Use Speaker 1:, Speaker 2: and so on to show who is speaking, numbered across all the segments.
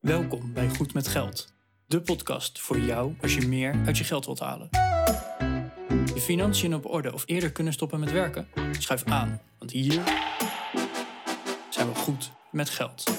Speaker 1: Welkom bij Goed met Geld, de podcast voor jou als je meer uit je geld wilt halen. Je financiën op orde of eerder kunnen stoppen met werken? Schuif aan, want hier zijn we goed met geld.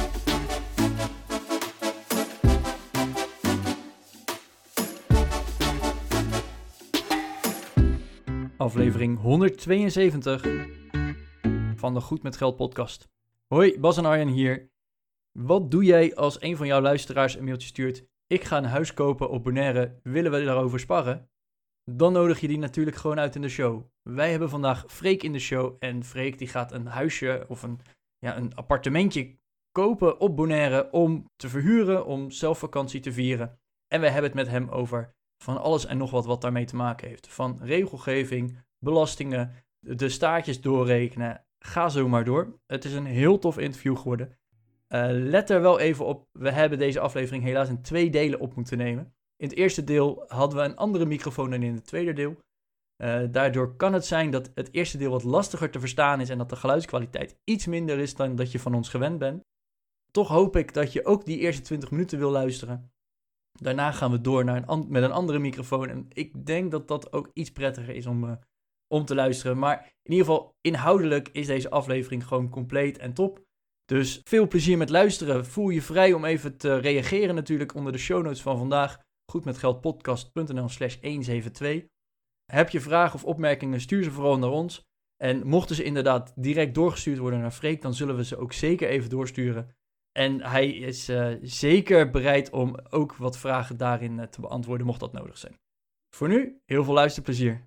Speaker 1: Aflevering 172 van de Goed met Geld podcast. Hoi, Bas en Arjen hier. Wat doe jij als een van jouw luisteraars een mailtje stuurt? Ik ga een huis kopen op Bonaire, willen we daarover sparren? Dan nodig je die natuurlijk gewoon uit in de show. Wij hebben vandaag Freek in de show en Freek die gaat een huisje of een appartementje kopen op Bonaire om te verhuren, om zelf vakantie te vieren. En wij hebben het met hem over van alles en nog wat daarmee te maken heeft. Van regelgeving, belastingen, de staartjes doorrekenen, ga zo maar door. Het is een heel tof interview geworden. Let er wel even op, we hebben deze aflevering helaas in 2 delen op moeten nemen. In het eerste deel hadden we een andere microfoon dan in het tweede deel. Daardoor kan het zijn dat het eerste deel wat lastiger te verstaan is en dat de geluidskwaliteit iets minder is dan dat je van ons gewend bent. Toch hoop ik dat je ook die eerste 20 minuten wil luisteren. Daarna gaan we door met een andere microfoon en ik denk dat dat ook iets prettiger is om te luisteren. Maar in ieder geval, inhoudelijk is deze aflevering gewoon compleet en top. Dus veel plezier met luisteren. Voel je vrij om even te reageren natuurlijk onder de show notes van vandaag. goedmetgeldpodcast.nl/172. Heb je vragen of opmerkingen, stuur ze vooral naar ons. En mochten ze inderdaad direct doorgestuurd worden naar Freek, dan zullen we ze ook zeker even doorsturen. En hij is zeker bereid om ook wat vragen daarin te beantwoorden, mocht dat nodig zijn. Voor nu, heel veel luisterplezier.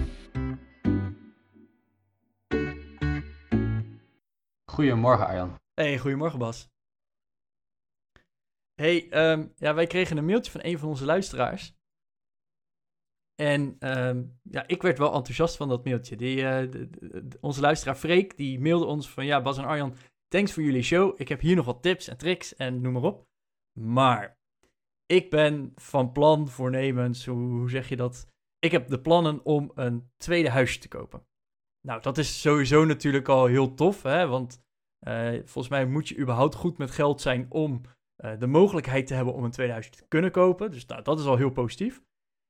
Speaker 2: Goedemorgen Arjan.
Speaker 1: Hey, goedemorgen Bas. Hey, wij kregen een mailtje van een van onze luisteraars. En ik werd wel enthousiast van dat mailtje. Onze luisteraar Freek, die mailde ons van... Ja, Bas en Arjan, thanks voor jullie show. Ik heb hier nog wat tips en tricks en noem maar op. Maar ik ben van plan, voornemens, hoe zeg je dat? Ik heb de plannen om een tweede huisje te kopen. Nou, dat is sowieso natuurlijk al heel tof, hè? Want volgens mij moet je überhaupt goed met geld zijn om de mogelijkheid te hebben om een tweede huisje te kunnen kopen. Dus nou, dat is al heel positief.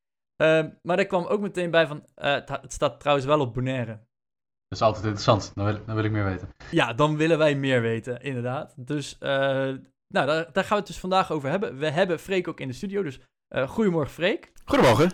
Speaker 1: Maar daar kwam ook meteen bij van, het staat trouwens wel op Bonaire.
Speaker 2: Dat is altijd interessant, dan wil ik meer weten.
Speaker 1: Ja, dan willen wij meer weten, inderdaad. Dus daar gaan we het dus vandaag over hebben. We hebben Freek ook in de studio, dus goedemorgen Freek.
Speaker 3: Goedemorgen.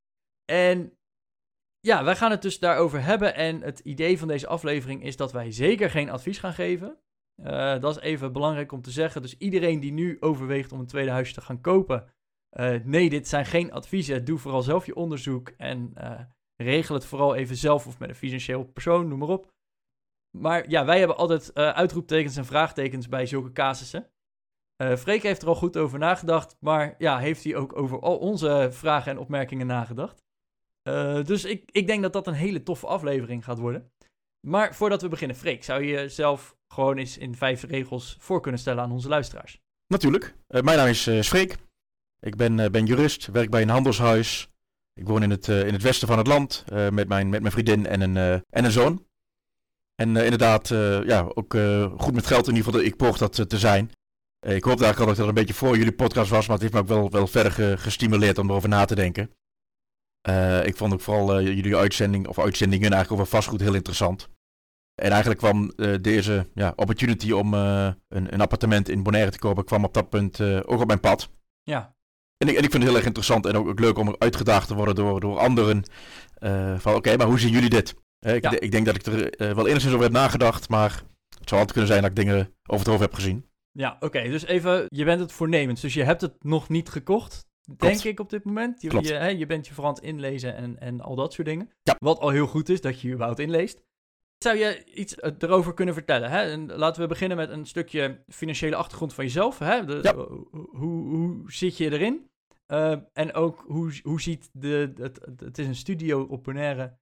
Speaker 1: En ja, wij gaan het dus daarover hebben en het idee van deze aflevering is dat wij zeker geen advies gaan geven. Dat is even belangrijk om te zeggen. Dus iedereen die nu overweegt om een tweede huisje te gaan kopen, nee, dit zijn geen adviezen. Doe vooral zelf je onderzoek en regel het vooral even zelf of met een financieel persoon, noem maar op. Maar ja, wij hebben altijd uitroeptekens en vraagtekens bij zulke casussen. Freek heeft er al goed over nagedacht, maar ja, heeft hij ook over al onze vragen en opmerkingen nagedacht. Dus ik denk dat dat een hele toffe aflevering gaat worden. Maar voordat we beginnen, Freek, zou je jezelf gewoon eens in 5 regels voor kunnen stellen aan onze luisteraars?
Speaker 3: Natuurlijk. Mijn naam is Freek. Ik ben jurist, werk bij een handelshuis. Ik woon in het westen van het land met mijn vriendin en een zoon. En inderdaad, ook goed met geld in ieder geval. Ik poog dat te zijn. Ik hoopte eigenlijk al dat het een beetje voor jullie podcast was, maar het heeft me ook wel verder gestimuleerd om erover na te denken. Ik vond ook vooral jullie uitzendingen eigenlijk over vastgoed heel interessant. En eigenlijk kwam deze opportunity om een appartement in Bonaire te kopen, kwam op dat punt ook op mijn pad.
Speaker 1: Ja.
Speaker 3: En ik vind het heel erg interessant en ook leuk om uitgedaagd te worden door anderen. Van oké, maar hoe zien jullie dit? Ik denk dat ik er wel enigszins over heb nagedacht, maar het zou altijd kunnen zijn dat ik dingen over het hoofd heb gezien.
Speaker 1: Ja, oké. Dus even, je bent het voornemens. Dus je hebt het nog niet gekocht, denk ik op dit moment. Je bent je vooral aan het inlezen en al dat soort dingen.
Speaker 3: Ja.
Speaker 1: Wat al heel goed is, dat je überhaupt inleest. Zou je iets erover kunnen vertellen? Hè? En laten we beginnen met een stukje financiële achtergrond van jezelf. Hè? Hoe zit je erin? En ook, hoe ziet het is een studio op Bonaire.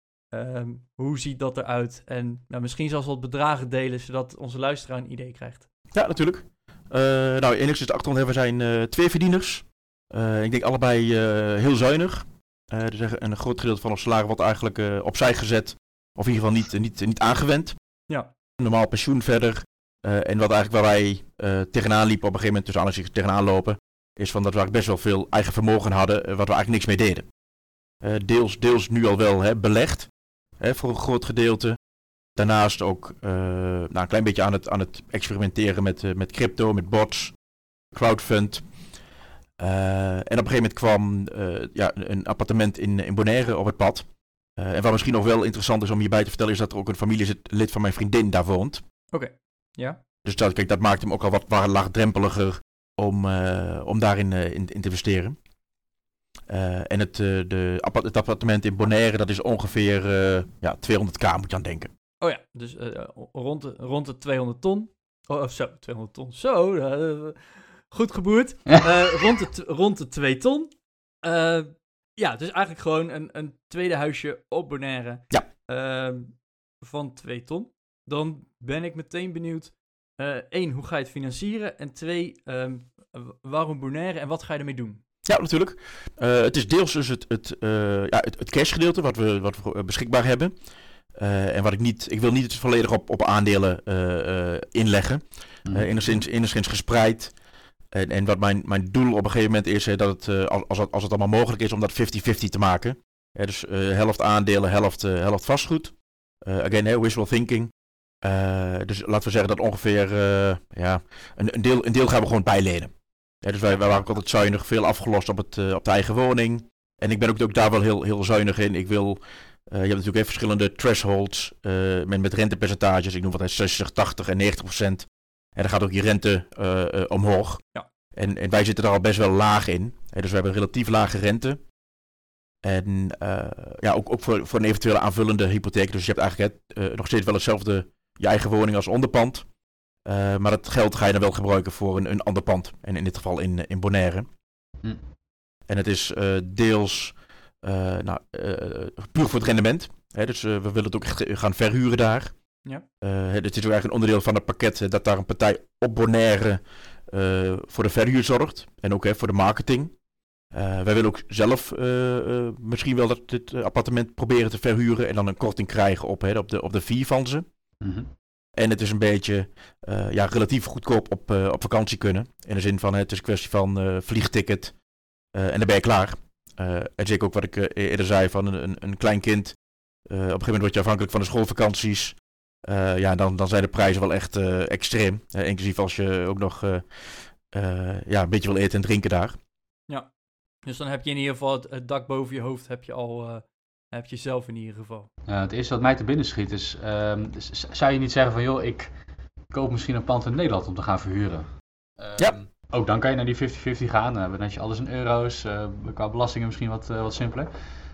Speaker 1: Hoe ziet dat eruit? En misschien zelfs wat bedragen delen, zodat onze luisteraar een idee krijgt.
Speaker 3: Ja, natuurlijk. Enigszins de achtergrond hebben we zijn 2 verdieners. Ik denk allebei heel zuinig. Dus een groot gedeelte van ons salaris wordt eigenlijk opzij gezet. Of in ieder geval niet aangewend.
Speaker 1: Ja.
Speaker 3: Normaal pensioen verder. En wat eigenlijk waar wij tegenaan liepen op een gegeven moment, tussen aanhalingstekens tegenaan lopen, is van dat we eigenlijk best wel veel eigen vermogen hadden, wat we eigenlijk niks mee deden. Deels nu al wel belegd, voor een groot gedeelte. Daarnaast ook een klein beetje aan het experimenteren met crypto, met bots, crowdfund. En op een gegeven moment kwam een appartement in Bonaire op het pad. En wat misschien nog wel interessant is om hierbij te vertellen, is dat er ook een familielid van mijn vriendin daar woont.
Speaker 1: Oké, ja.
Speaker 3: Dus dat maakt hem ook al wat laagdrempeliger om daarin in te investeren. En het appartement in Bonaire, dat is ongeveer 200k, moet je aan denken.
Speaker 1: Oh ja, dus rond de 200 ton. Oh, zo, 200 ton. Zo, goed geboerd. Rond de 2 ton. Ja, dus eigenlijk gewoon een tweede huisje op Bonaire.
Speaker 3: Ja.
Speaker 1: Van 2 ton. Dan ben ik meteen benieuwd. 1, hoe ga je het financieren? En 2, waarom Bonaire en wat ga je ermee doen?
Speaker 3: Ja, natuurlijk. Het is deels dus het cashgedeelte wat we beschikbaar hebben. En ik wil niet het volledig op aandelen inleggen. Enigszins gespreid. En wat mijn doel op een gegeven moment is, dat het, als het allemaal mogelijk is, om dat 50-50 te maken. Dus helft aandelen, helft vastgoed. Again, wishful thinking. Dus laten we zeggen dat ongeveer een deel gaan we gewoon bijlenen. Dus wij waren ook altijd zuinig, veel afgelost op de eigen woning. En ik ben ook daar wel heel zuinig in. Je hebt natuurlijk verschillende thresholds met rentepercentages. Ik noem wat 60, 80 en 90%. En dan gaat ook je rente omhoog. Ja. En wij zitten daar al best wel laag in. Dus we hebben een relatief lage rente. En ook voor een eventuele aanvullende hypotheek. Dus je hebt eigenlijk nog steeds wel hetzelfde, je eigen woning als onderpand. Maar dat geld ga je dan wel gebruiken voor een ander pand. En in dit geval in Bonaire. En het is deels puur voor het rendement. Dus we willen het ook echt gaan verhuren daar. Ja. Het is ook eigenlijk een onderdeel van het pakket dat daar een partij op Bonaire voor de verhuur zorgt. En ook voor de marketing. Wij willen ook zelf misschien wel dit appartement proberen te verhuren. En dan een korting krijgen op de fee van ze. Mm-hmm. En het is een beetje relatief goedkoop op vakantie kunnen. In de zin van het is een kwestie van vliegticket en dan ben je klaar. En zeker ook wat ik eerder zei van een klein kind. Op een gegeven moment word je afhankelijk van de schoolvakanties. Dan zijn de prijzen wel echt extreem. Inclusief als je ook nog een beetje wil eten en drinken daar.
Speaker 1: Ja, dus dan heb je in ieder geval het dak boven je hoofd heb je zelf in ieder geval.
Speaker 2: Het eerste wat mij te binnen schiet is, zou je niet zeggen van joh, ik koop misschien een pand in Nederland om te gaan verhuren?
Speaker 3: Ja.
Speaker 2: Ook dan kan je naar die 50-50 gaan. Dan heb je alles in euro's, qua belastingen misschien wat simpeler.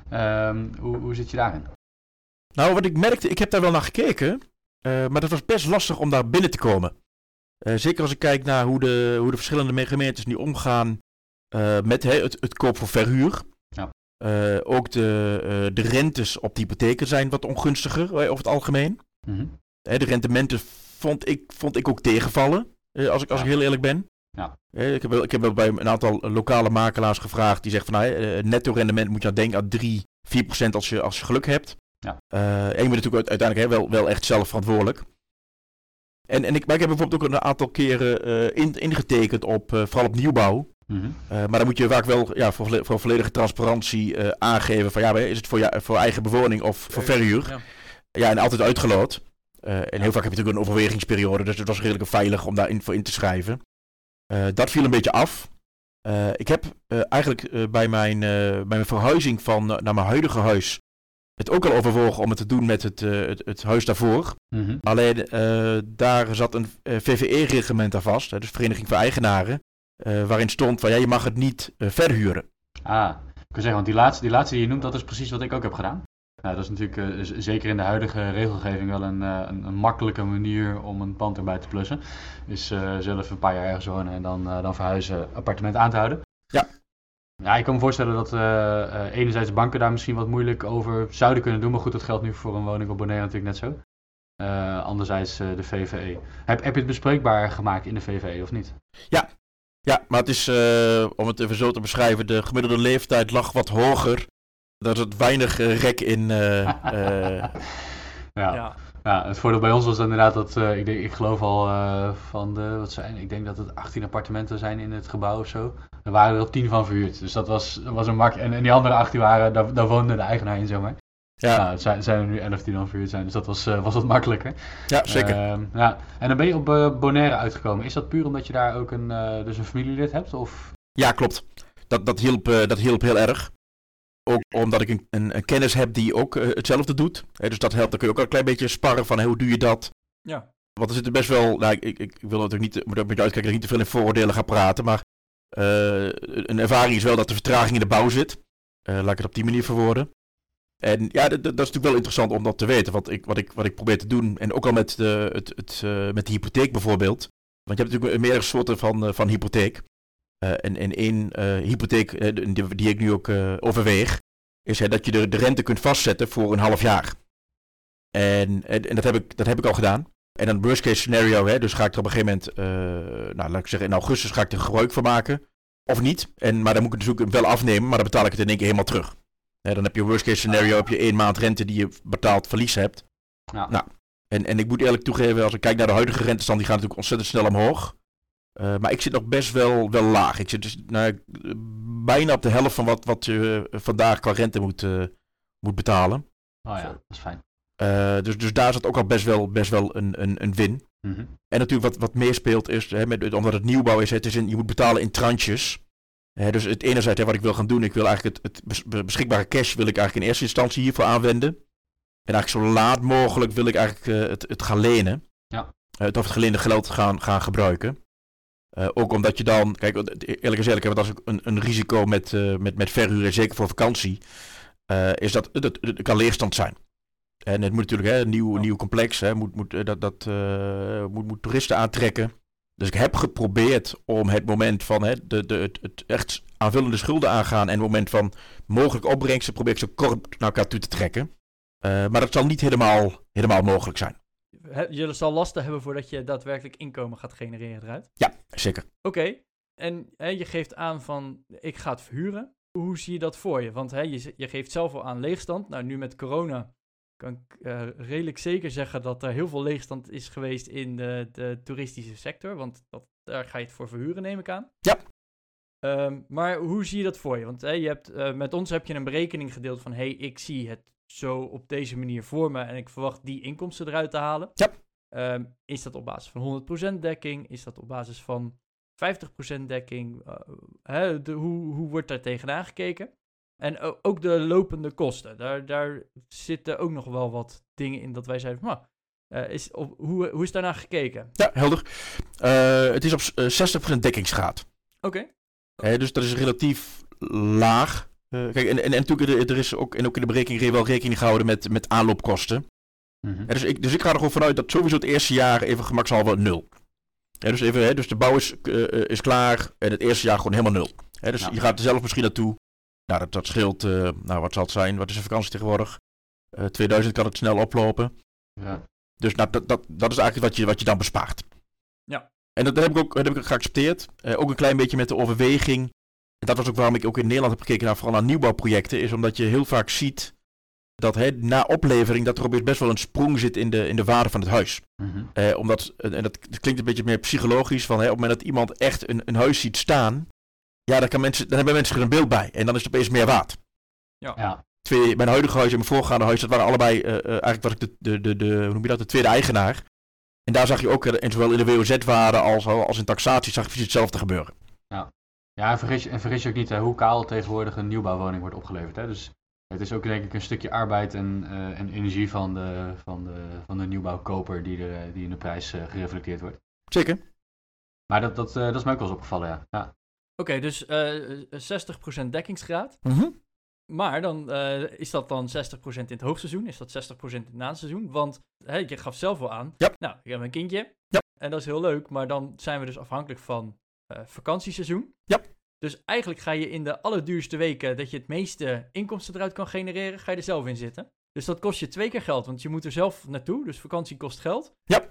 Speaker 2: Hoe zit je daarin?
Speaker 3: Nou, wat ik merkte, ik heb daar wel naar gekeken, maar dat was best lastig om daar binnen te komen. Zeker als ik kijk naar hoe de verschillende gemeentes nu omgaan met het koop voor verhuur. Ja. Ook de rentes op de hypotheken zijn wat ongunstiger over het algemeen. Mm-hmm. De rentementen vond ik ook tegenvallen, als ik heel eerlijk ben. Ja. Ik heb wel bij een aantal lokale makelaars gevraagd die zeggen van netto rendement moet je aan denken aan 3-4% als je geluk hebt. Ja. En je bent natuurlijk uiteindelijk wel echt zelf verantwoordelijk. Maar ik heb bijvoorbeeld ook een aantal keren ingetekend vooral op nieuwbouw. Mm-hmm. Maar dan moet je vaak wel voor volledige transparantie aangeven van is het voor eigen bewoning of voor verhuur. Ja, en altijd uitgeloot. En heel vaak heb je natuurlijk een overwegingsperiode, dus het was redelijk veilig om daarin voor in te schrijven. Dat viel een beetje af. Ik heb eigenlijk bij mijn verhuizing naar mijn huidige huis het ook al overwogen om het te doen met het huis daarvoor. Mm-hmm. Alleen daar zat een VVE-reglement aan vast, dus Vereniging voor Eigenaren, waarin stond van je mag het niet verhuren.
Speaker 2: Ah, ik kan zeggen, want die laatste die je noemt, dat is precies wat ik ook heb gedaan. Nou, dat is natuurlijk zeker in de huidige regelgeving wel een makkelijke manier om een pand erbij te plussen. Is zelf een paar jaar ergens wonen en dan verhuizen, appartement aan te houden.
Speaker 3: Ja.
Speaker 2: Ja, ik kan me voorstellen dat enerzijds banken daar misschien wat moeilijk over zouden kunnen doen. Maar goed, dat geldt nu voor een woning op Bonaire natuurlijk net zo. Anderzijds de VVE. Heb je het bespreekbaar gemaakt in de VVE of niet?
Speaker 3: Ja, maar het is, om het even zo te beschrijven, de gemiddelde leeftijd lag wat hoger. Daar zat weinig rek in.
Speaker 2: Ja. Ja, het voordeel bij ons was inderdaad dat, ik geloof al ik denk dat het 18 appartementen zijn in het gebouw of zo. Er waren er al 10 van verhuurd, dus dat was een mak. En die andere 18 daar woonde de eigenaar in, zeg maar.
Speaker 3: Ja,
Speaker 2: Nou, het zijn er nu 11 die dan verhuurd zijn, dus dat was wat makkelijker.
Speaker 3: ja zeker.
Speaker 2: Ja. En dan ben je op Bonaire uitgekomen. Is dat puur omdat je daar ook dus een familielid hebt? Of?
Speaker 3: Ja, klopt. Dat hielp heel erg. Ook omdat ik een kennis heb die ook hetzelfde doet. Dus dat helpt. Dan kun je ook een klein beetje sparren van hoe doe je dat.
Speaker 1: Ja.
Speaker 3: Want er zitten best wel... Nou, ik wil natuurlijk niet... Moet ook een beetje uitkijken dat ik niet te veel in vooroordelen ga praten. Maar een ervaring is wel dat de vertraging in de bouw zit. Laat ik het op die manier verwoorden. En ja, dat is natuurlijk wel interessant om dat te weten. Wat ik probeer te doen. En ook al met de hypotheek bijvoorbeeld. Want je hebt natuurlijk meerdere soorten van hypotheek. En één hypotheek die ik nu ook overweeg, is dat je de rente kunt vastzetten voor een half jaar. En dat heb ik al gedaan. En dan worst case scenario, dus ga ik er op een gegeven moment, laat ik zeggen in augustus ga ik er gebruik van maken. Of niet. Maar dan moet ik het dus ook wel afnemen, maar dan betaal ik het in één keer helemaal terug. Dan heb je worst case scenario, heb je 1 maand rente die je betaald verlies hebt.
Speaker 2: Ja.
Speaker 3: Nou, en ik moet eerlijk toegeven, als ik kijk naar de huidige rentestand, die gaan natuurlijk ontzettend snel omhoog. Maar ik zit nog best wel laag. Ik zit dus bijna op de helft van wat je vandaag qua rente moet betalen.
Speaker 2: Oh ja, dat is fijn.
Speaker 3: Dus daar zat ook al best wel een win.
Speaker 2: Mm-hmm.
Speaker 3: En natuurlijk wat meer speelt is, omdat het nieuwbouw is, je moet betalen in tranches. Dus het enerzijds wat ik wil gaan doen, ik wil eigenlijk het beschikbare cash wil ik eigenlijk in eerste instantie hiervoor aanwenden. En eigenlijk zo laat mogelijk wil ik eigenlijk het gaan lenen.
Speaker 2: Ja.
Speaker 3: Het geleende geld gaan gebruiken. Ook omdat je dan, kijk, eerlijk is eerlijk, want dat is ook een risico met verhuren, zeker voor vakantie, is dat het kan leegstand zijn. En het moet natuurlijk een nieuw complex, moet toeristen aantrekken. Dus ik heb geprobeerd om het moment van het echt aanvullende schulden aangaan en het moment van mogelijk opbrengsten probeer ik zo kort naar elkaar toe te trekken. Maar dat zal niet helemaal mogelijk zijn.
Speaker 1: Je zal lasten hebben voordat je daadwerkelijk inkomen gaat genereren eruit.
Speaker 3: Ja, zeker.
Speaker 1: Oké. En je geeft aan van, ik ga het verhuren. Hoe zie je dat voor je? Want je geeft zelf al aan leegstand. Nou, nu met corona kan ik redelijk zeker zeggen dat er heel veel leegstand is geweest in de toeristische sector. Want daar ga je het voor verhuren, neem ik aan.
Speaker 3: Ja.
Speaker 1: Maar hoe zie je dat voor je? Want met ons heb je een berekening gedeeld van, ik zie het zo op deze manier voor me en ik verwacht die inkomsten eruit te halen.
Speaker 3: Ja.
Speaker 1: Is dat op basis van 100% dekking? Is dat op basis van 50% dekking? Hoe wordt daar tegenaan gekeken? En ook de lopende kosten. Daar zitten ook nog wel wat dingen in dat wij zeiden, hoe is daarnaar gekeken?
Speaker 3: Ja, helder. Het is op 60% dekkingsgraad.
Speaker 1: Oké.
Speaker 3: Dus dat is relatief laag. Kijk, en natuurlijk, er is ook in de berekening wel rekening gehouden met aanloopkosten.
Speaker 2: Mm-hmm.
Speaker 3: Dus ik ga er gewoon vanuit dat sowieso het eerste jaar even gemakshalve 0. Dus de bouw is klaar en het eerste jaar gewoon helemaal 0. Dus je gaat er zelf misschien naartoe. Nou, dat scheelt, wat zal het zijn? Wat is de vakantie tegenwoordig? 2000 kan het snel oplopen.
Speaker 2: Ja.
Speaker 3: Dus dat is eigenlijk wat je dan bespaart.
Speaker 1: Ja.
Speaker 3: En dat heb ik ook geaccepteerd. Ook een klein beetje met de overweging. En dat was ook waarom ik ook in Nederland heb gekeken vooral naar nieuwbouwprojecten. Is omdat je heel vaak ziet dat na oplevering dat er opeens best wel een sprong zit in de waarde van het huis.
Speaker 2: Mm-hmm.
Speaker 3: Dat klinkt een beetje meer psychologisch. Van, op het moment dat iemand echt een huis ziet staan. Ja, dan hebben mensen er een beeld bij. En dan is het opeens meer waard.
Speaker 2: Ja.
Speaker 3: Mijn huidige huis en mijn voorgaande huis, dat waren allebei, eigenlijk was ik de tweede eigenaar. En daar zag je ook, zowel in de WOZ-waarde als in taxatie, zag je precies hetzelfde gebeuren.
Speaker 2: Ja, en vergis je ook niet hoe kaal tegenwoordig een nieuwbouwwoning wordt opgeleverd. Hè? Dus het is ook denk ik een stukje arbeid en energie van de nieuwbouwkoper die in de prijs gereflecteerd wordt.
Speaker 3: Zeker.
Speaker 2: Maar dat is mij ook wel eens opgevallen, ja.
Speaker 1: Oké, dus 60% dekkingsgraad.
Speaker 3: Mm-hmm.
Speaker 1: Maar dan is dat dan 60% in het hoogseizoen? Is dat 60% in het naseizoen? Want je gaf zelf wel aan.
Speaker 3: Ja.
Speaker 1: Nou, ik heb een kindje.
Speaker 3: Ja.
Speaker 1: En dat is heel leuk. Maar dan zijn we dus afhankelijk van vakantieseizoen.
Speaker 3: Ja.
Speaker 1: Dus eigenlijk ga je in de allerduurste weken dat je het meeste inkomsten eruit kan genereren, ga je er zelf in zitten. Dus dat kost je 2 keer geld. Want je moet er zelf naartoe. Dus vakantie kost geld.
Speaker 3: Ja.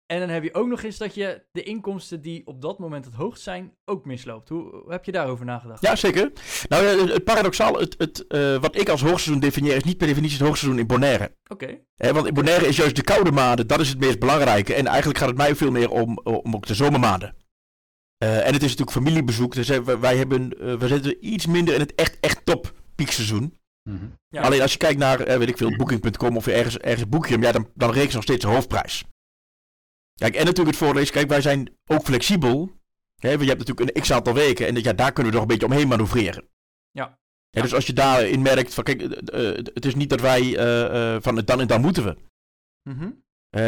Speaker 1: En dan heb je ook nog eens dat je de inkomsten die op dat moment het hoogst zijn, ook misloopt. Hoe heb je daarover nagedacht?
Speaker 3: Ja, zeker. Nou, het paradoxaal, wat ik als hoogseizoen definieer, is niet per definitie het hoogseizoen in Bonaire.
Speaker 1: Oké.
Speaker 3: Want in Bonaire is juist de koude maanden, dat is het meest belangrijke. En eigenlijk gaat het mij veel meer om ook de zomermaanden. En het is natuurlijk familiebezoek, dus we zitten iets minder in het echt top piekseizoen.
Speaker 2: Mm-hmm.
Speaker 1: Ja.
Speaker 3: Alleen als je kijkt naar, weet ik veel, Booking.com of ergens boek je hem, ja, dan reken je nog steeds de hoofdprijs. Kijk, en natuurlijk het voordeel is, kijk, wij zijn ook flexibel. Je hebt natuurlijk een x-aantal weken en daar kunnen we nog een beetje omheen manoeuvreren.
Speaker 1: Ja.
Speaker 3: Dus als je daarin merkt, van kijk, het is niet dat wij van dan en dan moeten we.
Speaker 1: Mm-hmm.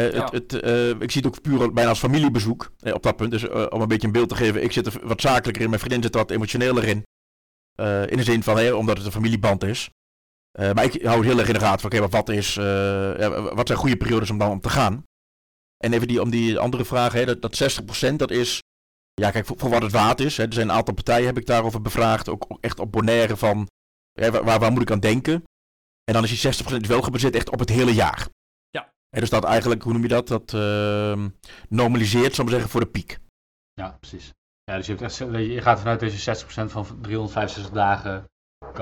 Speaker 3: Ik zie het ook puur bijna als familiebezoek op dat punt. Dus om een beetje een beeld te geven, ik zit er wat zakelijker in, mijn vriendin zit er wat emotioneler in. In de zin van, omdat het een familieband is. Maar ik hou het heel erg in de gaten van, wat zijn goede periodes om dan om te gaan. En even om die andere vraag, dat 60%, dat is, ja kijk, voor wat het waard is. Er zijn een aantal partijen, heb ik daarover bevraagd, ook echt op Bonaire van, waar moet ik aan denken? En dan is die 60% wel gebaseerd echt op het hele jaar.
Speaker 1: Ja.
Speaker 3: En dus dat eigenlijk, hoe noem je dat? Dat normaliseert, zal ik maar zeggen, voor de piek.
Speaker 2: Ja, precies. Ja, dus je gaat vanuit deze 60% van 365 dagen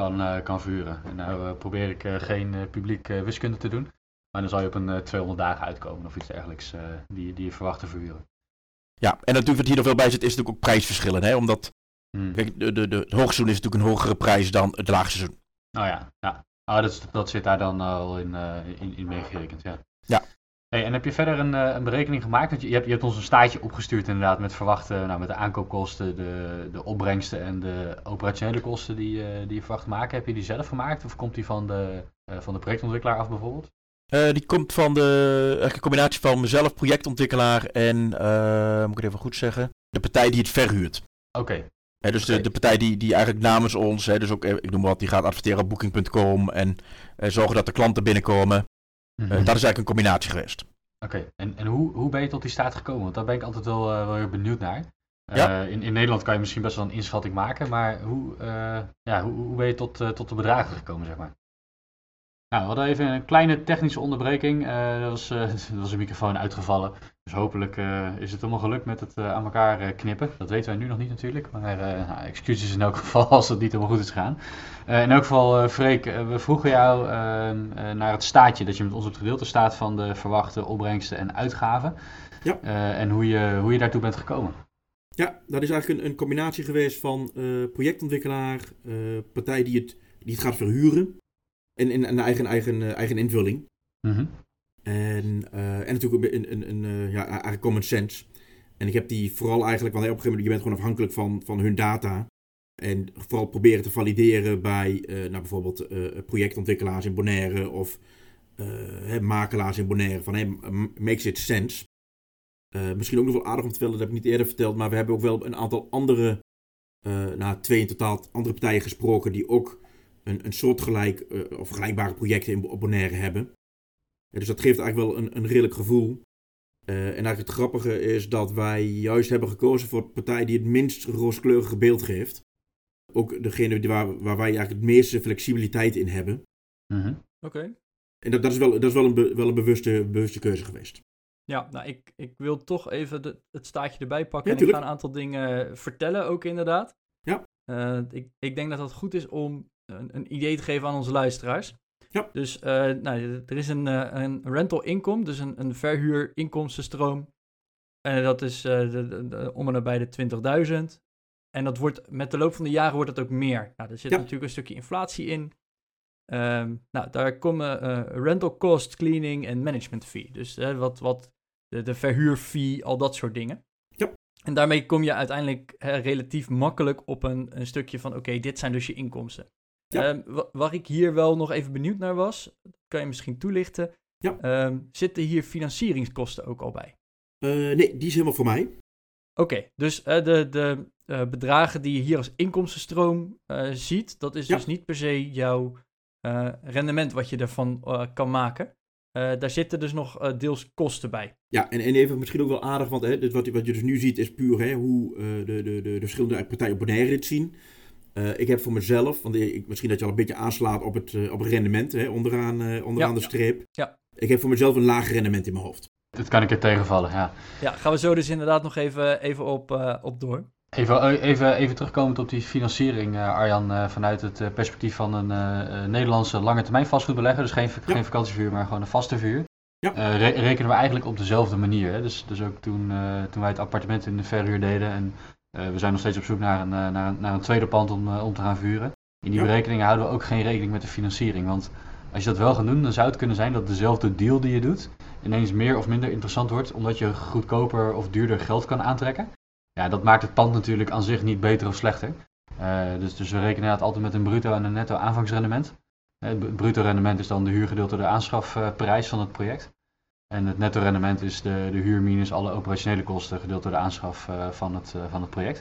Speaker 2: kan vuren. En nou probeer ik geen publiek wiskunde te doen. Maar dan zal je op een 200 dagen uitkomen of iets dergelijks die je verwacht te verhuren. Ja,
Speaker 3: en natuurlijk wat hier nog wel bij zit is natuurlijk ook prijsverschillen. Hè? Omdat kijk, het hoogseizoen is natuurlijk een hogere prijs dan het laagseizoen.
Speaker 2: Oh ja. Dat zit daar dan al in meegerekend, ja.
Speaker 3: Ja.
Speaker 2: Hey, en heb je verder een berekening gemaakt? Want je hebt ons een staartje opgestuurd inderdaad met verwachte, met de aankoopkosten, de opbrengsten en de operationele kosten die je verwacht te maken. Heb je die zelf gemaakt of komt die van de projectontwikkelaar af bijvoorbeeld?
Speaker 3: Die komt van de combinatie van mezelf, projectontwikkelaar en, moet ik het even goed zeggen, de partij die het verhuurt.
Speaker 2: Oké.
Speaker 3: Dus de partij die eigenlijk namens ons, dus ook, ik noem wat, die gaat adverteren op Booking.com en zorgen dat de klanten binnenkomen.
Speaker 2: Mm-hmm.
Speaker 3: Dat is eigenlijk een combinatie geweest.
Speaker 2: Oké. En hoe ben je tot die staat gekomen? Want daar ben ik altijd wel heel benieuwd naar.
Speaker 3: Ja.
Speaker 2: In Nederland kan je misschien best wel een inschatting maken, maar hoe ben je tot de bedragen gekomen, zeg maar? Nou, we hadden even een kleine technische onderbreking. Er was een microfoon uitgevallen. Dus hopelijk is het allemaal gelukt met het aan elkaar knippen. Dat weten wij nu nog niet natuurlijk. Maar excuses in elk geval als het niet helemaal goed is gegaan. In elk geval, Freek, we vroegen jou naar het staatje dat je met ons hebt gedeeld. De staat van de verwachte opbrengsten en uitgaven.
Speaker 4: Ja.
Speaker 2: En hoe je daartoe bent gekomen.
Speaker 4: Ja, dat is eigenlijk een combinatie geweest van projectontwikkelaar, partij die het gaat verhuren. En een eigen invulling.
Speaker 2: Mm-hmm.
Speaker 4: En natuurlijk eigenlijk common sense. En ik heb die vooral eigenlijk, want op een gegeven moment, je bent gewoon afhankelijk van hun data. En vooral proberen te valideren bij bijvoorbeeld projectontwikkelaars in Bonaire of makelaars in Bonaire. Van makes it sense. Misschien ook nog wel aardig om te vertellen, dat heb ik niet eerder verteld. Maar we hebben ook wel een aantal andere, 2 in totaal, andere partijen gesproken die ook een soortgelijk of vergelijkbare projecten op Bonaire hebben. Dus dat geeft eigenlijk wel een redelijk gevoel. En eigenlijk het grappige is dat wij juist hebben gekozen voor de partij die het minst rooskleurige beeld geeft. Ook degene waar wij eigenlijk het meeste flexibiliteit in hebben.
Speaker 2: Mm-hmm.
Speaker 1: Oké.
Speaker 4: En dat is wel een bewuste keuze geweest.
Speaker 1: Ja, nou ik wil toch even het staartje erbij pakken.
Speaker 4: Ja,
Speaker 1: en ik ga een aantal dingen vertellen ook inderdaad.
Speaker 4: Ja.
Speaker 1: Ik denk dat het goed is om een idee te geven aan onze luisteraars.
Speaker 4: Ja.
Speaker 1: Dus er is een rental income, dus een verhuurinkomstenstroom. En dat is om en nabij de 20.000. En dat wordt met de loop van de jaren wordt het ook meer. Nou, er zit natuurlijk een stukje inflatie in. Daar komen rental cost, cleaning en management fee. Dus de verhuurfee, al dat soort dingen.
Speaker 4: Ja.
Speaker 1: En daarmee kom je uiteindelijk relatief makkelijk op een stukje van oké, dit zijn dus je inkomsten.
Speaker 4: Ja.
Speaker 1: Waar ik hier wel nog even benieuwd naar was, kan je misschien toelichten.
Speaker 4: Ja.
Speaker 1: Zitten hier financieringskosten ook al bij?
Speaker 4: Nee, die is helemaal voor mij.
Speaker 1: Oké, dus de bedragen die je hier als inkomstenstroom ziet, dat is dus niet per se jouw rendement wat je ervan kan maken. Daar zitten dus nog deels kosten bij.
Speaker 4: Ja, en even misschien ook wel aardig, want wat je dus nu ziet is puur hoe de verschillende partijen op Bonaire dit zien. Ik heb voor mezelf, want misschien dat je al een beetje aanslaat op het rendement, onderaan de streep.
Speaker 1: Ja.
Speaker 4: Ik heb voor mezelf een laag rendement in mijn hoofd.
Speaker 2: Dat kan een keer tegenvallen, ja.
Speaker 1: Ja, gaan we zo dus inderdaad nog even op door.
Speaker 2: Even terugkomend op die financiering, Arjan, vanuit het perspectief van een Nederlandse lange termijn vastgoedbelegger. Dus geen vakantieverhuur, maar gewoon een vaste verhuur.
Speaker 4: Ja.
Speaker 2: Rekenen we eigenlijk op dezelfde manier. Hè? Dus ook toen wij het appartement in de verhuur deden en we zijn nog steeds op zoek naar een tweede pand om te gaan verhuren. In die berekeningen houden we ook geen rekening met de financiering. Want als je dat wel gaat doen, dan zou het kunnen zijn dat dezelfde deal die je doet ineens meer of minder interessant wordt, omdat je goedkoper of duurder geld kan aantrekken. Ja, dat maakt het pand natuurlijk aan zich niet beter of slechter. Dus we rekenen inderdaad altijd met een bruto en een netto aanvangsrendement. Het bruto rendement is dan de huurgedeelte door de aanschafprijs van het project. En het netto rendement is de huur minus alle operationele kosten gedeeld door de aanschaf van het project.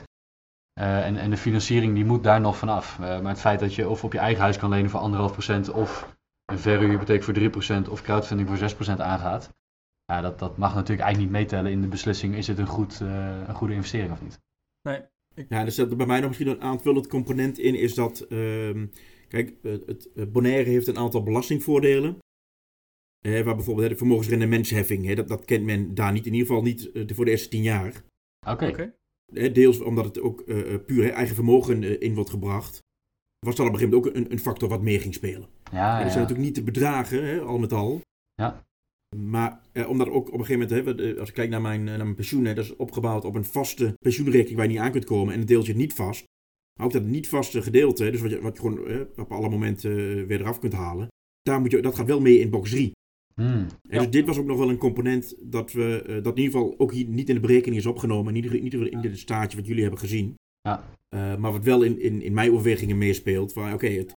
Speaker 2: En de financiering die moet daar nog vanaf. Maar het feit dat je of op je eigen huis kan lenen voor 1,5% of een verhuurhypotheek voor 3% of crowdfunding voor 6% aangaat. Ja, dat mag natuurlijk eigenlijk niet meetellen in de beslissing, is het een goede investering of niet?
Speaker 1: Nee.
Speaker 4: Ja, er zit bij mij nog misschien een aanvullend component in, is dat, kijk, Bonaire heeft een aantal belastingvoordelen. Waar bijvoorbeeld de vermogensrendementsheffing, dat kent men daar niet, in ieder geval niet voor de eerste 10 jaar.
Speaker 2: Oké.
Speaker 4: Deels omdat het ook puur eigen vermogen in wordt gebracht. Was dan op een gegeven moment ook een factor wat meer ging spelen.
Speaker 2: Ja,
Speaker 4: dat zijn natuurlijk niet te bedragen, al met al.
Speaker 2: Ja.
Speaker 4: Maar omdat ook op een gegeven moment, als ik kijk naar mijn pensioen, dat is opgebouwd op een vaste pensioenrekening waar je niet aan kunt komen en een deeltje niet vast. Maar ook dat niet vaste gedeelte, dus wat je gewoon op alle momenten weer eraf kunt halen, dat gaat wel mee in box 3. Dus dit was ook nog wel een component dat in ieder geval ook hier niet in de berekening is opgenomen, niet in dit staartje wat jullie hebben gezien.
Speaker 2: Ja.
Speaker 4: Maar wat wel in mijn overwegingen meespeelt, van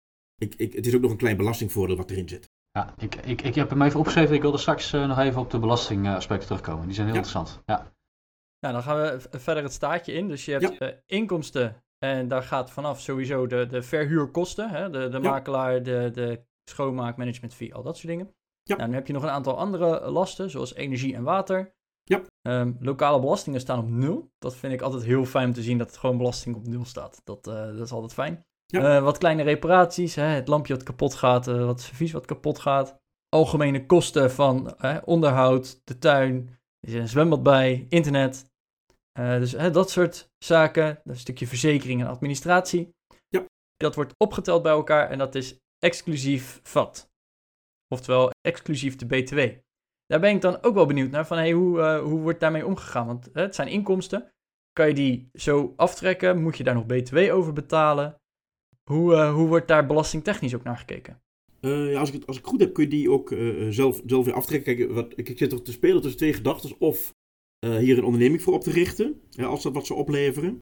Speaker 4: het is ook nog een klein belastingvoordeel wat erin zit.
Speaker 2: Ja, ik heb hem even opgeschreven. Ik wilde straks nog even op de belastingaspecten terugkomen. Die zijn heel interessant. Ja.
Speaker 1: Nou, dan gaan we verder het staartje in. Dus je hebt inkomsten en daar gaat vanaf sowieso de verhuurkosten. Hè? De makelaar, de schoonmaak, management fee, al dat soort dingen. Ja. Nou, dan heb je nog een aantal andere lasten, zoals energie en water.
Speaker 4: Ja.
Speaker 1: Lokale belastingen staan op 0. Dat vind ik altijd heel fijn om te zien dat het gewoon belasting op 0 staat. Dat is altijd fijn. Ja. Wat kleine reparaties, het lampje wat kapot gaat, wat servies wat kapot gaat. Algemene kosten van onderhoud, de tuin, er zit een zwembad bij, internet. Dus dat soort zaken, een stukje verzekering en administratie.
Speaker 4: Ja.
Speaker 1: Dat wordt opgeteld bij elkaar en dat is exclusief VAT. Oftewel exclusief de BTW. Daar ben ik dan ook wel benieuwd naar van hoe wordt daarmee omgegaan? Want het zijn inkomsten. Kan je die zo aftrekken? Moet je daar nog BTW over betalen? Hoe wordt daar belastingtechnisch ook naar gekeken?
Speaker 4: Als ik goed heb, kun je die ook zelf weer aftrekken. Kijk, ik zit er te spelen tussen twee gedachten. Of hier een onderneming voor op te richten, als dat wat zou opleveren.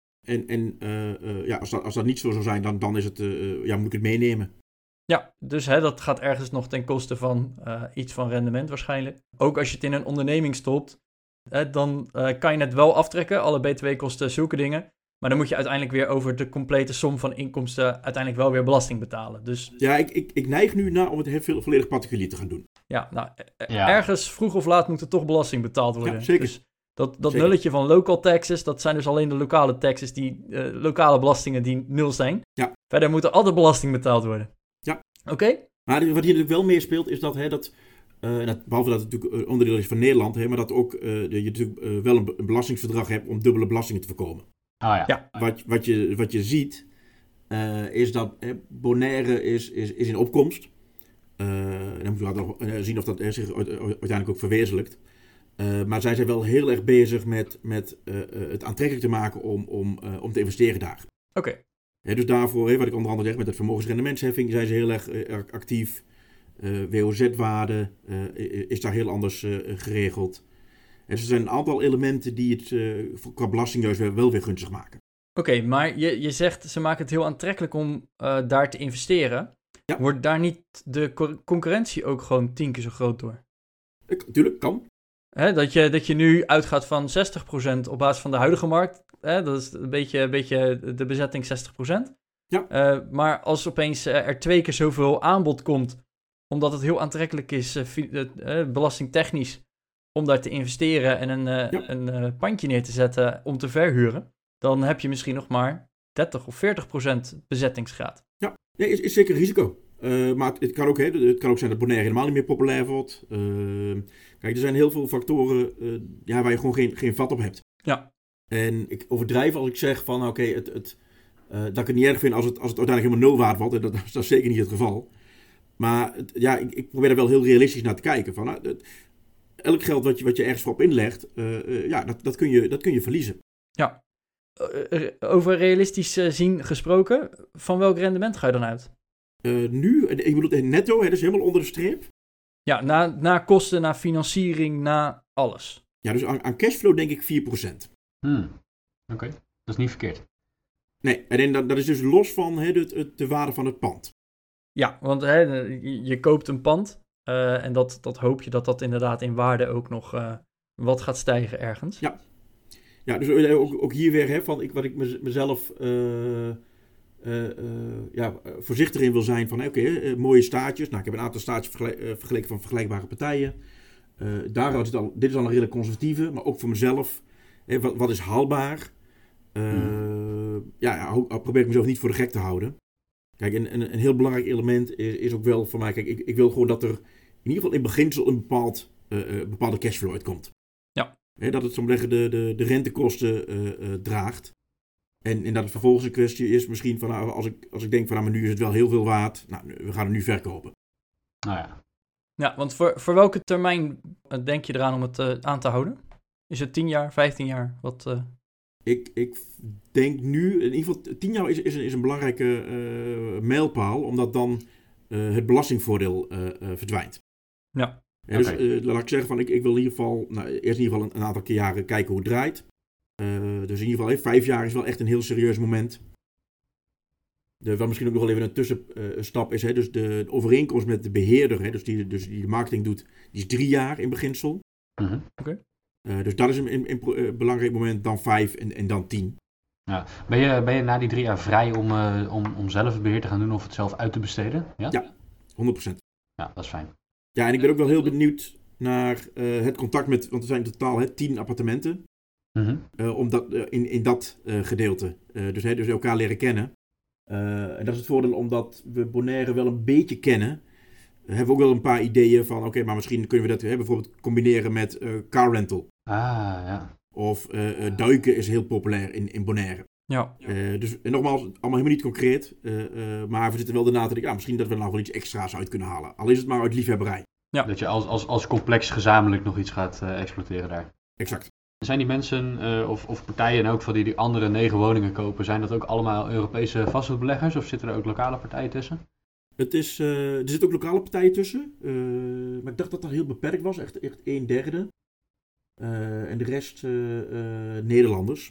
Speaker 4: Als dat niet zo zou zijn, dan is het, moet ik het meenemen.
Speaker 1: Ja, dus dat gaat ergens nog ten koste van iets van rendement waarschijnlijk. Ook als je het in een onderneming stopt, dan kan je het wel aftrekken, alle btw-kosten, zulke dingen. Maar dan moet je uiteindelijk weer over de complete som van inkomsten uiteindelijk wel weer belasting betalen. Dus...
Speaker 4: Ja, ik neig nu naar om het volledig particulier te gaan doen.
Speaker 1: Ja, nou, ergens vroeg of laat moet er toch belasting betaald worden.
Speaker 4: Ja, zeker.
Speaker 1: Dus dat nulletje van local taxes, dat zijn dus alleen de lokale taxes, lokale belastingen die 0 zijn.
Speaker 4: Ja.
Speaker 1: Verder moet er altijd belasting betaald worden.
Speaker 4: Ja.
Speaker 1: Oké?
Speaker 4: Maar wat hier natuurlijk wel meespeelt is dat, behalve dat het natuurlijk onderdeel is van Nederland, maar dat ook je natuurlijk wel een belastingsverdrag hebt om dubbele belastingen te voorkomen.
Speaker 2: Ja.
Speaker 4: Wat je ziet, is dat Bonaire is in opkomst. Dan moeten we nog zien of dat zich uiteindelijk ook verwezenlijkt. Maar zij zijn wel heel erg bezig met het aantrekkelijk te maken om te investeren daar.
Speaker 1: Oké.
Speaker 4: Dus daarvoor, wat ik onder andere zeg, met het vermogensrendementsheffing zijn ze heel erg actief. WOZ-waarde is daar heel anders geregeld. Dus er zijn een aantal elementen die het qua belasting juist wel weer gunstig maken.
Speaker 1: Oké, maar je zegt ze maken het heel aantrekkelijk om daar te investeren.
Speaker 4: Ja.
Speaker 1: Wordt daar niet de concurrentie ook gewoon 10 keer zo groot door?
Speaker 4: Tuurlijk, kan.
Speaker 1: Dat je nu uitgaat van 60% op basis van de huidige markt. Dat is een beetje de bezetting 60%.
Speaker 4: Ja.
Speaker 1: Maar als opeens er 2 keer zoveel aanbod komt, omdat het heel aantrekkelijk is, belastingtechnisch, om daar te investeren en een pandje neer te zetten om te verhuren, dan heb je misschien nog maar 30 of 40% bezettingsgraad.
Speaker 4: Ja, is zeker een risico. Maar het kan ook, het kan ook zijn dat Bonaire helemaal niet meer populair wordt. Kijk, er zijn heel veel factoren waar je gewoon geen vat op hebt.
Speaker 1: Ja.
Speaker 4: En ik overdrijf als ik zeg van dat ik het niet erg vind als het uiteindelijk helemaal nul waard wordt. En dat is zeker niet het geval. Maar ik probeer er wel heel realistisch naar te kijken. Van, elk geld wat je ergens voor op inlegt, dat kun je verliezen.
Speaker 1: Ja. Over realistisch zien gesproken, van welk rendement ga je dan uit?
Speaker 4: Nu, ik bedoel netto, dus helemaal onder de streep.
Speaker 1: Ja, na kosten, na financiering, na alles.
Speaker 4: Ja, dus aan cashflow denk ik 4%.
Speaker 2: Oké, dat is niet verkeerd.
Speaker 4: Nee, en dat is dus los van de waarde van het pand.
Speaker 1: Ja, want je koopt een pand en dat hoop je dat inderdaad in waarde ook nog wat gaat stijgen ergens.
Speaker 4: Ja, dus ook hier weer wat ik mezelf voorzichtig in wil zijn van mooie staartjes. Nou, ik heb een aantal staartjes vergeleken van vergelijkbare partijen. Dit is al een redelijk conservatieve, maar ook voor mezelf. Wat is haalbaar? Probeer ik mezelf niet voor de gek te houden. Kijk, een heel belangrijk element is ook wel voor mij, kijk, ik wil gewoon dat er in ieder geval in beginsel een bepaalde cashflow uitkomt.
Speaker 1: Ja.
Speaker 4: Dat het, zo'n zeggen, de rentekosten draagt. En dat het vervolgens een kwestie is misschien van, als ik denk van, maar nu is het wel heel veel waard, we gaan het nu verkopen.
Speaker 2: Nou ja.
Speaker 1: Ja, want voor welke termijn denk je eraan om het aan te houden? Is het 10 jaar, 15 jaar? Wat...
Speaker 4: Ik denk nu, in ieder geval 10 jaar is een belangrijke mijlpaal, omdat dan het belastingvoordeel verdwijnt.
Speaker 1: Ja.
Speaker 4: Dus laat ik zeggen, ik wil in ieder geval, eerst in ieder geval een aantal keer jaren kijken hoe het draait. Dus in ieder geval 5 jaar is wel echt een heel serieus moment. Wat misschien ook nog wel even een tussenstap is, dus de overeenkomst met de beheerder, dus die de marketing doet, die is 3 jaar in beginsel.
Speaker 1: Oké.
Speaker 4: Dus dat is een belangrijk moment, dan 5 en dan 10.
Speaker 2: Ja. Ben je na die 3 jaar vrij om zelf het beheer te gaan doen of het zelf uit te besteden? Ja,
Speaker 4: 100%.
Speaker 2: Ja, dat is fijn.
Speaker 4: Ja, en ik ben ook wel heel benieuwd naar het contact met, want er zijn in totaal 10 appartementen. In dat gedeelte. Dus elkaar leren kennen. En dat is het voordeel, omdat we Bonaire wel een beetje kennen. Hebben we ook wel een paar ideeën van, maar misschien kunnen we dat bijvoorbeeld combineren met car rental.
Speaker 2: Ja.
Speaker 4: Of duiken is heel populair in Bonaire.
Speaker 1: Ja.
Speaker 4: Dus en nogmaals, allemaal helemaal niet concreet. Maar we zitten wel daarna te denken, misschien dat we er nog wel iets extra's uit kunnen halen. Al is het maar uit liefhebberij.
Speaker 2: Ja. Dat je als complex gezamenlijk nog iets gaat exploiteren daar.
Speaker 4: Exact.
Speaker 2: Zijn die mensen of partijen en ook van die andere 9 woningen kopen, zijn dat ook allemaal Europese vastgoedbeleggers of zitten er ook lokale partijen tussen?
Speaker 4: Er zitten ook lokale partijen tussen. Maar ik dacht dat dat heel beperkt was. Echt 1/3. En de rest Nederlanders.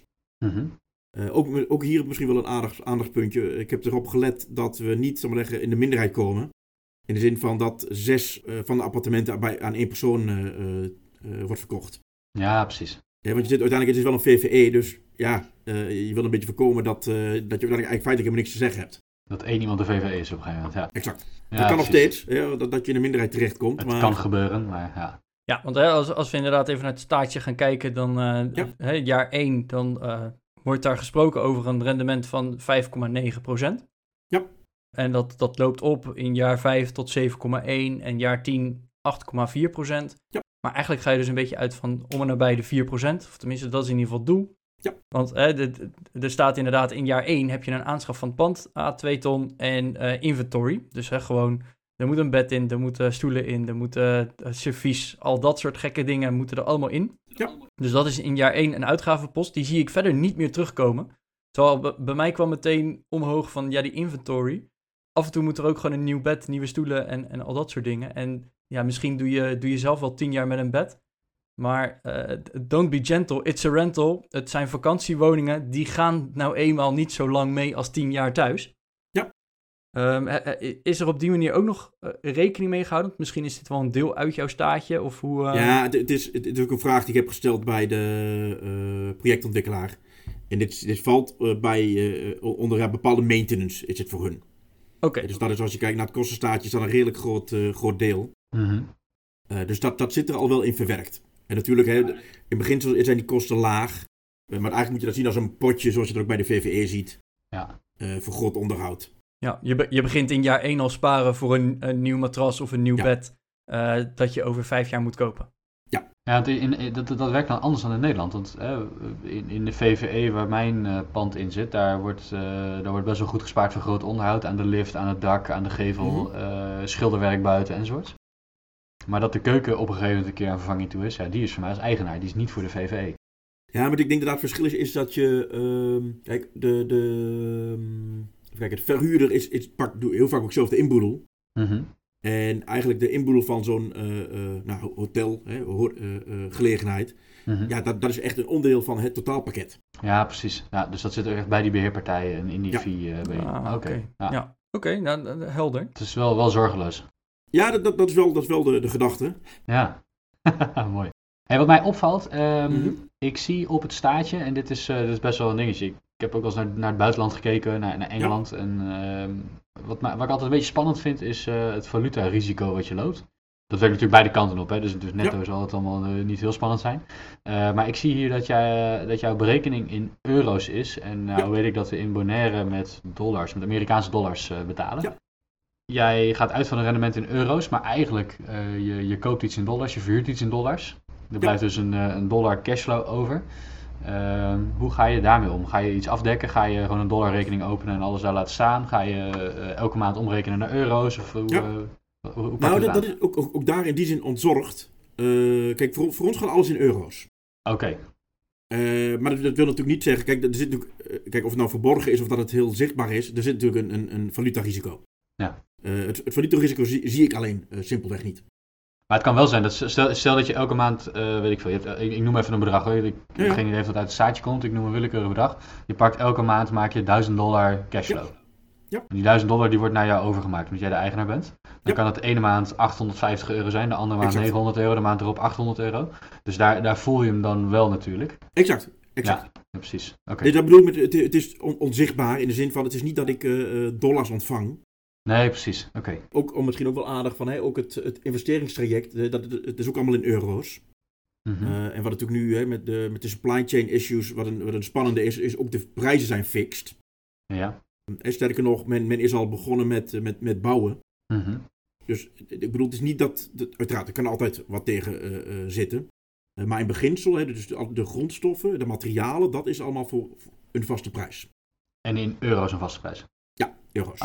Speaker 4: Ook hier misschien wel een aandachtspuntje. Ik heb erop gelet dat we niet in de minderheid komen. In de zin van dat 6 van de appartementen aan 1 persoon wordt verkocht.
Speaker 2: Ja, precies.
Speaker 4: Ja, want uiteindelijk is het wel een VVE, dus je wil een beetje voorkomen dat je uiteindelijk feitelijk helemaal niks te zeggen hebt.
Speaker 2: Dat 1 iemand de VVE is op een gegeven moment, ja.
Speaker 4: Exact.
Speaker 2: Ja,
Speaker 4: dat kan
Speaker 2: precies.
Speaker 4: nog steeds, dat je in een minderheid terechtkomt.
Speaker 2: Het kan gebeuren, maar ja.
Speaker 1: Ja, want als we inderdaad even naar het staartje gaan kijken, dan jaar 1, dan wordt daar gesproken over een rendement van 5,9%.
Speaker 4: Ja.
Speaker 1: En dat loopt op in jaar 5 tot 7,1 en jaar 10 8,4%.
Speaker 4: Ja.
Speaker 1: Maar eigenlijk ga je dus een beetje uit van om en nabij de 4%. Of tenminste, dat is in ieder geval het doel.
Speaker 4: Ja.
Speaker 1: Want er staat inderdaad in jaar 1 heb je een aanschaf van het pand, 2 ton en inventory. Dus gewoon, er moet een bed in, er moeten stoelen in, er moet servies, al dat soort gekke dingen moeten er allemaal in.
Speaker 4: Ja.
Speaker 1: Dus dat is in jaar 1 een uitgavenpost. Die zie ik verder niet meer terugkomen. Terwijl bij mij kwam meteen omhoog van die inventory. Af en toe moet er ook gewoon een nieuw bed, nieuwe stoelen en al dat soort dingen. En ja, misschien doe je zelf wel 10 jaar met een bed. Maar don't be gentle, it's a rental. Het zijn vakantiewoningen, die gaan nou eenmaal niet zo lang mee als 10 jaar thuis.
Speaker 4: Ja.
Speaker 1: Is er op die manier ook nog rekening mee gehouden? Misschien is dit wel een deel uit jouw staatje, of hoe...
Speaker 4: Ja, het is ook een vraag die ik heb gesteld bij de projectontwikkelaar. En dit valt onder bepaalde maintenance, is het voor hun.
Speaker 1: Oké.
Speaker 4: Dus dat is, als je kijkt naar het kostenstaatje, is dat een redelijk groot deel. Dus dat zit er al wel in verwerkt. En natuurlijk, in beginsel zijn die kosten laag. Maar eigenlijk moet je dat zien als een potje, zoals je het ook bij de VVE ziet.
Speaker 2: Ja.
Speaker 4: Voor groot onderhoud.
Speaker 1: Ja, je begint in jaar 1 al sparen voor een nieuw matras of een nieuw bed dat je over 5 jaar moet kopen.
Speaker 2: Ja, dat werkt dan anders dan in Nederland. Want in de VVE waar mijn pand in zit, daar wordt best wel goed gespaard voor groot onderhoud. Aan de lift, aan het dak, aan de gevel, schilderwerk buiten enzovoort. Maar dat de keuken op een gegeven moment een keer aan vervanging toe is, ja, die is voor mij als eigenaar. Die is niet voor de VVE.
Speaker 4: Ja, maar ik denk dat het verschil is dat je... kijk, de verhuurder pakt heel vaak ook zelf de inboedel.
Speaker 2: Mm-hmm.
Speaker 4: En eigenlijk de inboedel van zo'n hotel, gelegenheid, dat is echt een onderdeel van het totaalpakket.
Speaker 2: Ja, precies. Ja, dus dat zit er echt bij die beheerpartijen en in die fee.
Speaker 1: Oké, nou, helder.
Speaker 2: Het is wel zorgeloos.
Speaker 4: Ja, dat is wel de gedachte.
Speaker 2: Ja, mooi. Hey, wat mij opvalt, ik zie op het staartje, en dit is best wel een dingetje. Ik heb ook wel eens naar het buitenland gekeken, naar Engeland. Ja. En wat ik altijd een beetje spannend vind, is het valutarisico wat je loopt. Dat werkt natuurlijk beide kanten op, hè? Dus netto zal het allemaal niet heel spannend zijn. Maar ik zie hier dat jouw berekening in euro's is. En nou weet ik dat we in Bonaire met Amerikaanse dollars betalen. Ja. Jij gaat uit van een rendement in euro's, maar eigenlijk je koopt iets in dollars, je verhuurt iets in dollars. Er blijft dus een dollar cashflow over. Hoe ga je daarmee om? Ga je iets afdekken? Ga je gewoon een dollarrekening openen en alles daar laten staan? Ga je elke maand omrekenen naar euro's? Of hoe
Speaker 4: dat is ook daar in die zin ontzorgd. Kijk, voor ons gaat alles in euro's.
Speaker 2: Oké.
Speaker 4: Maar dat wil natuurlijk niet zeggen... Kijk, er zit natuurlijk, kijk, of het nou verborgen is of dat het heel zichtbaar is, er zit natuurlijk een valutarisico. Ja. Het valutarisico zie ik alleen simpelweg niet.
Speaker 2: Maar het kan wel zijn dat stel dat je elke maand, weet ik veel, ik noem even een bedrag hoor. Ik heb geen idee of dat uit het zaadje komt, ik noem een willekeurig bedrag. Je pakt elke maand, maak je $1000 cashflow. Ja. En die $1000 die wordt naar jou overgemaakt, omdat jij de eigenaar bent. Dan kan het de ene maand €850 zijn, de andere maand €900, de maand erop €800. Dus daar voel je hem dan wel natuurlijk.
Speaker 4: Exact.
Speaker 2: Ja, precies. Okay.
Speaker 4: Nee, dat bedoel ik, het is onzichtbaar in de zin van, het is niet dat ik dollars ontvang.
Speaker 2: Nee, precies. Oké.
Speaker 4: Ook misschien ook wel aardig van, ook het investeringstraject, het is ook allemaal in euro's. Mm-hmm. En wat natuurlijk nu met de supply chain issues, wat een spannende is ook de prijzen zijn fixed.
Speaker 2: Ja.
Speaker 4: En sterker nog, men is al begonnen met bouwen.
Speaker 2: Mm-hmm.
Speaker 4: Dus ik bedoel, het is niet dat uiteraard, er kan altijd wat tegen zitten. Maar in beginsel, dus de grondstoffen, de materialen, dat is allemaal voor een vaste prijs.
Speaker 2: En in euro's een vaste prijs?
Speaker 4: Ja, euro's.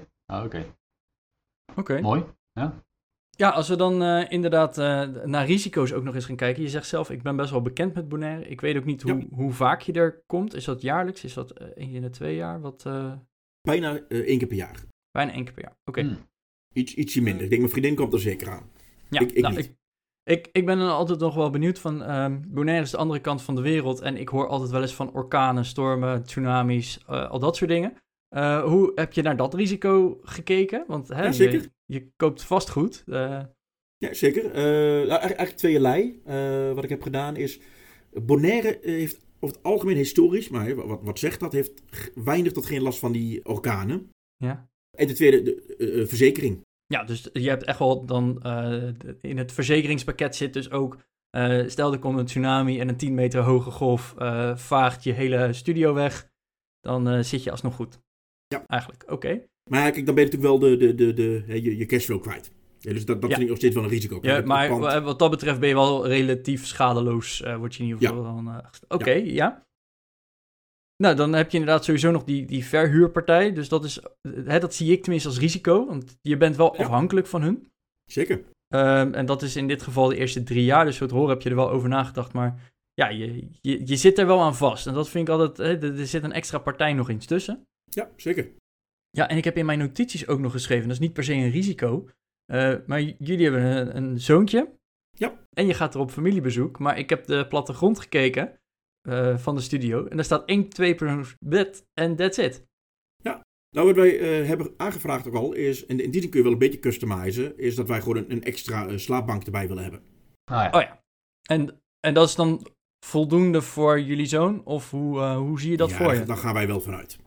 Speaker 2: Oké. Mooi. Ja.
Speaker 1: Ja, als we dan inderdaad naar risico's ook nog eens gaan kijken. Je zegt zelf, ik ben best wel bekend met Bonaire. Ik weet ook niet hoe vaak je er komt. Is dat jaarlijks? Is dat 1 keer in de 2 jaar?
Speaker 4: Bijna 1 keer per jaar.
Speaker 1: Bijna 1 keer per jaar, oké.
Speaker 4: Ietsje minder. Ik denk mijn vriendin komt er zeker aan.
Speaker 1: Ja, ik ben dan altijd nog wel benieuwd van... Bonaire is de andere kant van de wereld. En ik hoor altijd wel eens van orkanen, stormen, tsunamis, al dat soort dingen. Hoe heb je naar dat risico gekeken? Want
Speaker 4: zeker.
Speaker 1: Je koopt vastgoed.
Speaker 4: Ja, zeker. Eigenlijk tweeërlei. Wat ik heb gedaan is... Bonaire heeft over het algemeen historisch, maar wat zegt dat, heeft weinig tot geen last van die orkanen.
Speaker 1: Ja.
Speaker 4: En ten tweede, de verzekering.
Speaker 1: Ja, dus je hebt echt wel dan... in het verzekeringspakket zit dus ook... stel er komt een tsunami en een 10 meter hoge golf vaagt je hele studio weg. Dan zit je alsnog goed.
Speaker 4: Ja.
Speaker 1: Eigenlijk, oké.
Speaker 4: Maar kijk, dan ben je natuurlijk wel je cashflow kwijt. Ja, dus dat vind ik nog steeds wel een risico.
Speaker 1: Ja, maar wat dat betreft ben je wel relatief schadeloos, word je in ieder geval dan... Oké, ja. Nou, dan heb je inderdaad sowieso nog die verhuurpartij. Dus dat zie ik tenminste als risico, want je bent wel afhankelijk van hun.
Speaker 4: Zeker.
Speaker 1: En dat is in dit geval de eerste 3 jaar, dus zo te horen heb je er wel over nagedacht, maar ja, je zit er wel aan vast. En dat vind ik altijd, er zit een extra partij nog eens tussen.
Speaker 4: Ja, zeker.
Speaker 1: Ja, en ik heb in mijn notities ook nog geschreven, dat is niet per se een risico, maar jullie hebben een zoontje.
Speaker 4: Ja.
Speaker 1: En je gaat er op familiebezoek, maar ik heb de plattegrond gekeken van de studio en daar staat 1, 2 per bed en that's it.
Speaker 4: Ja, nou wat wij hebben aangevraagd ook al is, en in die zin kun je wel een beetje customizen, is dat wij gewoon een extra slaapbank erbij willen hebben.
Speaker 1: Oh ja. En dat is dan voldoende voor jullie zoon? Of hoe zie je dat voor je?
Speaker 4: Daar gaan wij wel vanuit.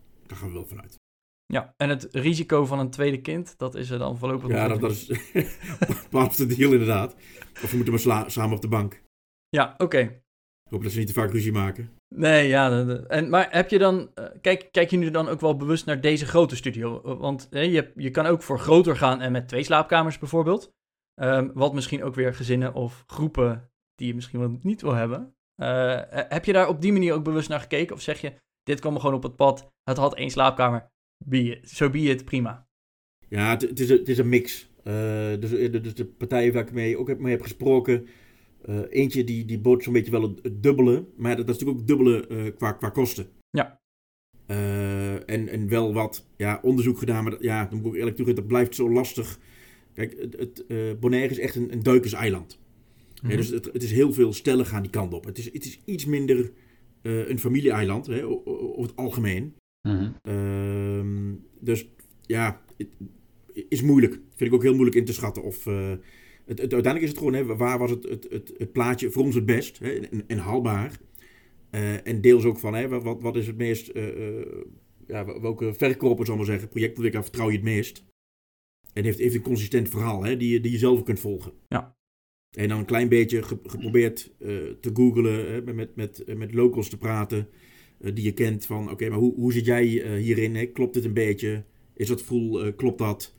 Speaker 1: Ja, en het risico van een tweede kind, dat is er dan voorlopig nog.
Speaker 4: Ja, dat is part of the deal inderdaad. Of we moeten maar samen op de bank.
Speaker 1: Ja, oké.
Speaker 4: Ik hoop dat ze niet te vaak ruzie maken.
Speaker 1: Nee, ja. Maar heb je dan... Kijk je nu dan ook wel bewust naar deze grote studio? Want je kan ook voor groter gaan en met 2 slaapkamers bijvoorbeeld. Wat misschien ook weer gezinnen of groepen die je misschien wel niet wil hebben. Heb je daar op die manier ook bewust naar gekeken? Of zeg je, dit kwam gewoon op het pad, het had 1 slaapkamer, so be it, prima.
Speaker 4: Ja, het is een mix. Dus de partijen waar ik mee heb gesproken, eentje die bood zo'n beetje wel het dubbele, maar dat is natuurlijk ook het dubbele qua kosten.
Speaker 1: Ja.
Speaker 4: En wel wat onderzoek gedaan, maar dan moet ik ook eerlijk toegeven, dat blijft zo lastig. Kijk, Bonaire is echt een duikerseiland. Ja, dus het is heel veel stellen gaan die kant op. Het is iets minder een familie-eiland, over het algemeen.
Speaker 2: Mm-hmm.
Speaker 4: Dus ja, het is moeilijk. Vind ik ook heel moeilijk in te schatten. Of, uiteindelijk is het gewoon, waar was het plaatje voor ons het best en haalbaar. En deels ook van, wat is het meest, welke verkoper, zal ik maar zeggen, projectontwikkelaar vertrouw je het meest. En heeft een consistent verhaal, die je zelf kunt volgen.
Speaker 1: Ja.
Speaker 4: En dan een klein beetje geprobeerd te googlen, met locals te praten, die je kent. Van oké, maar hoe zit jij hierin? Klopt dit een beetje? Is dat full? Klopt dat?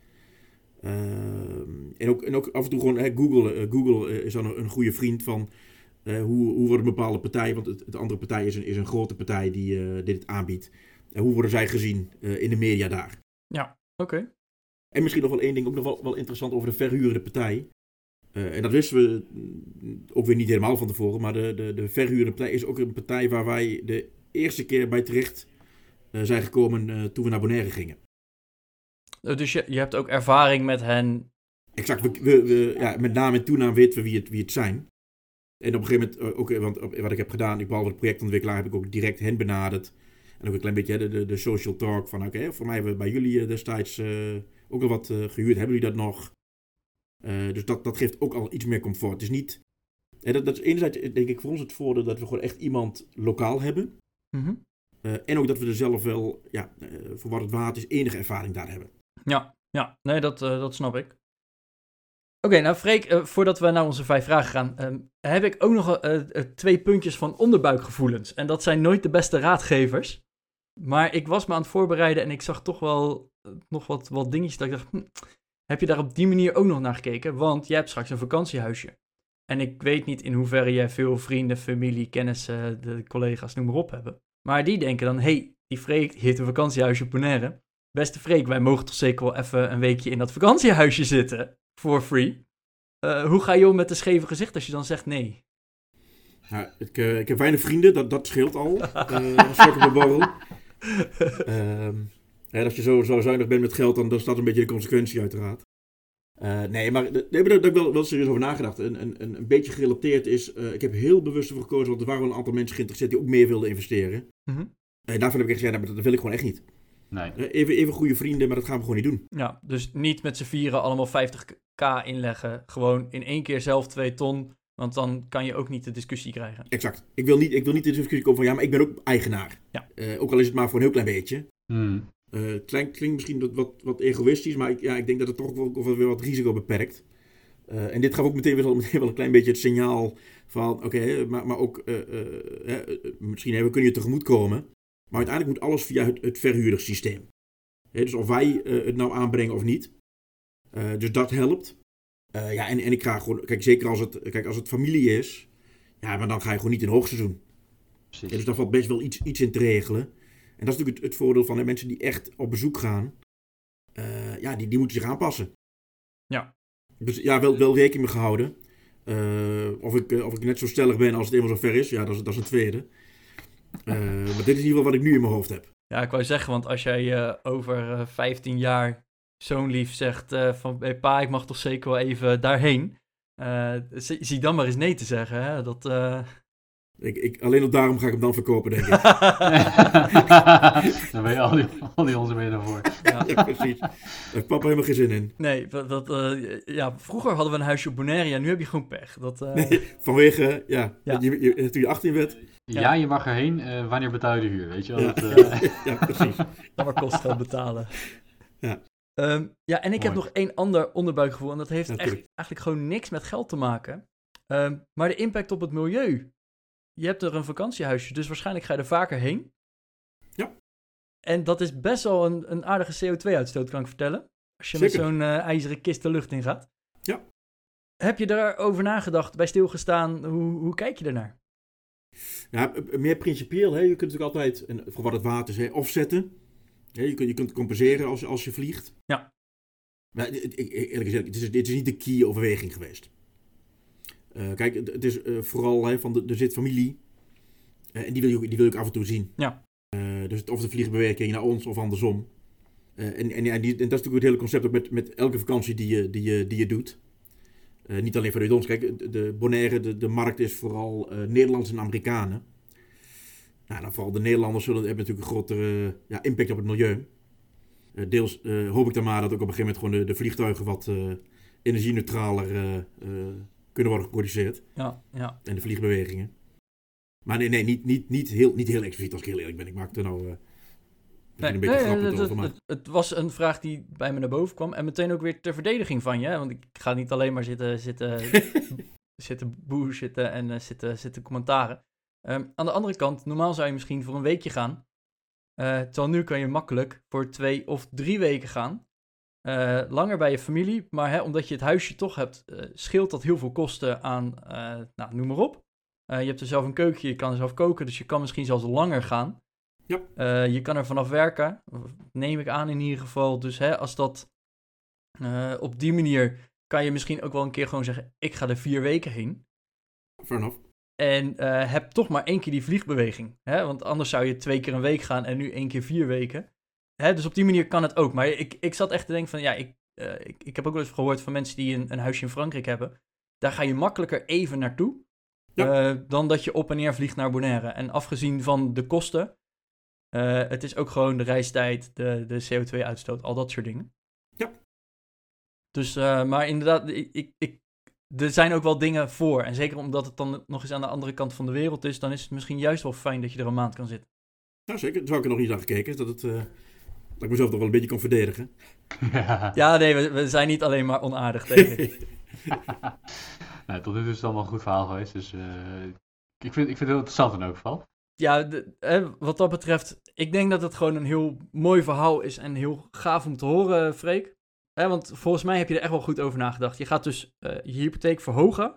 Speaker 4: En ook af en toe gewoon Google. Google is dan een goede vriend van hoe wordt een bepaalde partij, want de andere partij is een grote partij die dit aanbiedt. Hoe worden zij gezien in de media daar?
Speaker 1: Ja, oké.
Speaker 4: En misschien nog wel één ding, ook nog wel interessant over de verhurende partij. En dat wisten we ook weer niet helemaal van tevoren, maar de verhurende partij is ook een partij waar wij de eerste keer bij terecht zijn gekomen toen we naar Bonaire gingen.
Speaker 1: Dus je hebt ook ervaring met hen?
Speaker 4: Exact, met naam en toenaam weten we wie het zijn. En op een gegeven moment, ook, want wat ik heb gedaan, behalve de projectontwikkelaar, heb ik ook direct hen benaderd. En ook een klein beetje de social talk van, voor mij hebben we bij jullie destijds ook al wat gehuurd. Hebben jullie dat nog? Dus dat geeft ook al iets meer comfort. Het is niet... dat is enerzijds, denk ik, voor ons het voordeel dat we gewoon echt iemand lokaal hebben.
Speaker 1: Mm-hmm.
Speaker 4: En ook dat we er zelf wel, voor wat het waard is, enige ervaring daar hebben.
Speaker 1: Ja. Nee, dat snap ik. Oké, nou Freek, voordat we naar onze 5 vragen gaan, heb ik ook nog 2 puntjes van onderbuikgevoelens. En dat zijn nooit de beste raadgevers. Maar ik was me aan het voorbereiden en ik zag toch wel nog wat dingetjes dat ik dacht, heb je daar op die manier ook nog naar gekeken? Want jij hebt straks een vakantiehuisje. En ik weet niet in hoeverre jij veel vrienden, familie, kennissen, de collega's, noem maar op hebben. Maar die denken dan, die Freek heeft een vakantiehuisje op Bonaire. Beste Freek, wij mogen toch zeker wel even een weekje in dat vakantiehuisje zitten. For free. Hoe ga je om met een scheve gezicht als je dan zegt nee?
Speaker 4: Ja, ik heb weinig vrienden, dat scheelt al. Als ik op een borrel. Als je zo zuinig bent met geld, dan staat een beetje de consequentie uiteraard. Nee, maar daar heb ik wel serieus over nagedacht. Een beetje gerelateerd is, ik heb heel bewust ervoor gekozen, want er waren wel een aantal mensen geïnteresseerd die ook meer wilden investeren.
Speaker 1: Mm-hmm.
Speaker 4: En daarvoor heb ik gezegd, dat wil ik gewoon echt niet.
Speaker 2: Nee.
Speaker 4: Even goede vrienden, maar dat gaan we gewoon niet doen.
Speaker 1: Ja, dus niet met z'n vieren allemaal 50k inleggen. Gewoon in 1 keer zelf 2 ton, want dan kan je ook niet de discussie krijgen.
Speaker 4: Exact. Ik wil niet de discussie komen van, maar ik ben ook eigenaar.
Speaker 1: Ja.
Speaker 4: Ook al is het maar voor een heel klein beetje.
Speaker 2: Mm.
Speaker 4: Klinkt misschien wat egoïstisch, maar ik denk dat het toch wel weer wat risico beperkt. En dit gaf ook meteen wel een klein beetje het signaal van, maar ook, misschien we kunnen je tegemoet komen. Maar uiteindelijk moet alles via het verhuurdersysteem. Dus of wij het nou aanbrengen of niet. Dus dat helpt. En ik ga gewoon, zeker als het familie is, maar dan ga je gewoon niet in hoogseizoen. Dus daar valt best wel iets in te regelen. En dat is natuurlijk het voordeel van de mensen die echt op bezoek gaan. Die moeten zich aanpassen. Ja. Dus wel rekening mee gehouden. Of ik net zo stellig ben als het eenmaal zo ver is. Ja, dat is een tweede. Maar dit is in ieder geval wat ik nu in mijn hoofd heb.
Speaker 1: Ja, ik wou zeggen, want als jij over 15 jaar zo'n lief zegt van, hey, pa, ik mag toch zeker wel even daarheen. Zie dan maar eens nee te zeggen, hè. Dat...
Speaker 4: Alleen op daarom ga ik hem dan verkopen, denk ik.
Speaker 2: Dan ben je al die onze benen voor.
Speaker 4: Ja, precies. Daar heeft papa helemaal geen zin in.
Speaker 1: Nee, vroeger hadden we een huisje op Bonaire, nu heb je gewoon pech.
Speaker 4: Nee, vanwege, toen je 18 werd.
Speaker 2: Ja, je mag erheen. Wanneer betaal je de huur, weet je wel?
Speaker 4: Ja, precies.
Speaker 1: Dan maar kosten betalen.
Speaker 4: Ja.
Speaker 1: En ik heb nog 1 ander onderbuikgevoel. En dat heeft
Speaker 4: Natuurlijk.
Speaker 1: eigenlijk gewoon niks met geld te maken. Maar de impact op het milieu. je hebt er een vakantiehuisje, dus waarschijnlijk ga je er vaker heen.
Speaker 4: Ja.
Speaker 1: En dat is best wel een aardige CO2-uitstoot, kan ik vertellen. Als je
Speaker 4: Zeker.
Speaker 1: met zo'n ijzeren kist de lucht in gaat.
Speaker 4: Ja.
Speaker 1: Heb je daarover nagedacht, bij stilgestaan? Hoe kijk je ernaar?
Speaker 4: Ja, meer principieel. Hè. Je kunt natuurlijk altijd, voor wat het water is, offsetten. Je kunt compenseren als je vliegt.
Speaker 1: Ja.
Speaker 4: Maar eerlijk gezegd, dit is niet de key overweging geweest. Kijk, het is vooral er zit familie. En die wil je ook af en toe zien.
Speaker 1: Ja.
Speaker 4: Dus of de vliegbewerking naar ons of andersom. En dat is natuurlijk het hele concept ook met elke vakantie die je doet. Niet alleen vanuit ons. Kijk, de Bonaire, de markt is vooral Nederlanders en Amerikanen. Nou, dan vooral de Nederlanders hebben natuurlijk een grotere impact op het milieu. Deels hoop ik dan maar dat ook op een gegeven moment gewoon de vliegtuigen wat energie-neutraler kunnen worden geproduceerd.
Speaker 1: Ja.
Speaker 4: En de vliegbewegingen. Maar nee, niet heel expliciet als ik heel eerlijk ben. Ik maak er nou een beetje grappig over. Maar...
Speaker 1: Het was een vraag die bij me naar boven kwam. En meteen ook weer ter verdediging van je. Hè? Want ik ga niet alleen maar zitten bullshitten en zitten commentaren. Aan de andere kant, normaal zou je misschien voor een weekje gaan. Terwijl nu kan je makkelijk voor 2 of 3 weken gaan. Langer bij je familie. Maar omdat je het huisje toch hebt, scheelt dat heel veel kosten aan, noem maar op. Je hebt er zelf een keuken, je kan er zelf koken. Dus je kan misschien zelfs langer gaan.
Speaker 4: Ja.
Speaker 1: Je kan er vanaf werken, neem ik aan in ieder geval. Dus als dat op die manier kan je misschien ook wel een keer gewoon zeggen, ik ga er 4 weken heen.
Speaker 4: Fair enough.
Speaker 1: En heb toch maar 1 keer die vliegbeweging. Hè? Want anders zou je 2 keer een week gaan en nu 1 keer 4 weken. Dus op die manier kan het ook. Maar ik zat echt te denken van, ik heb ook wel eens gehoord van mensen die een huisje in Frankrijk hebben. Daar ga je makkelijker even naartoe. Ja. Dan dat je op en neer vliegt naar Bonaire. En afgezien van de kosten, het is ook gewoon de reistijd, de CO2-uitstoot, al dat soort dingen.
Speaker 4: Ja.
Speaker 1: Dus, maar inderdaad, er zijn ook wel dingen voor. En zeker omdat het dan nog eens aan de andere kant van de wereld is, dan is het misschien juist wel fijn dat je er een maand kan zitten.
Speaker 4: Ja, zeker. Daar zou ik er nog niet naar gekeken. Dat ik mezelf toch wel een beetje kon verdedigen.
Speaker 1: Ja, nee, we zijn niet alleen maar onaardig tegen.
Speaker 2: Nee, tot nu toe is het allemaal een goed verhaal geweest. Dus ik vind het heel interessant in elk geval.
Speaker 1: Ja, wat dat betreft, ik denk dat het gewoon een heel mooi verhaal is en heel gaaf om te horen, Freek. Want volgens mij heb je er echt wel goed over nagedacht. Je gaat dus je hypotheek verhogen.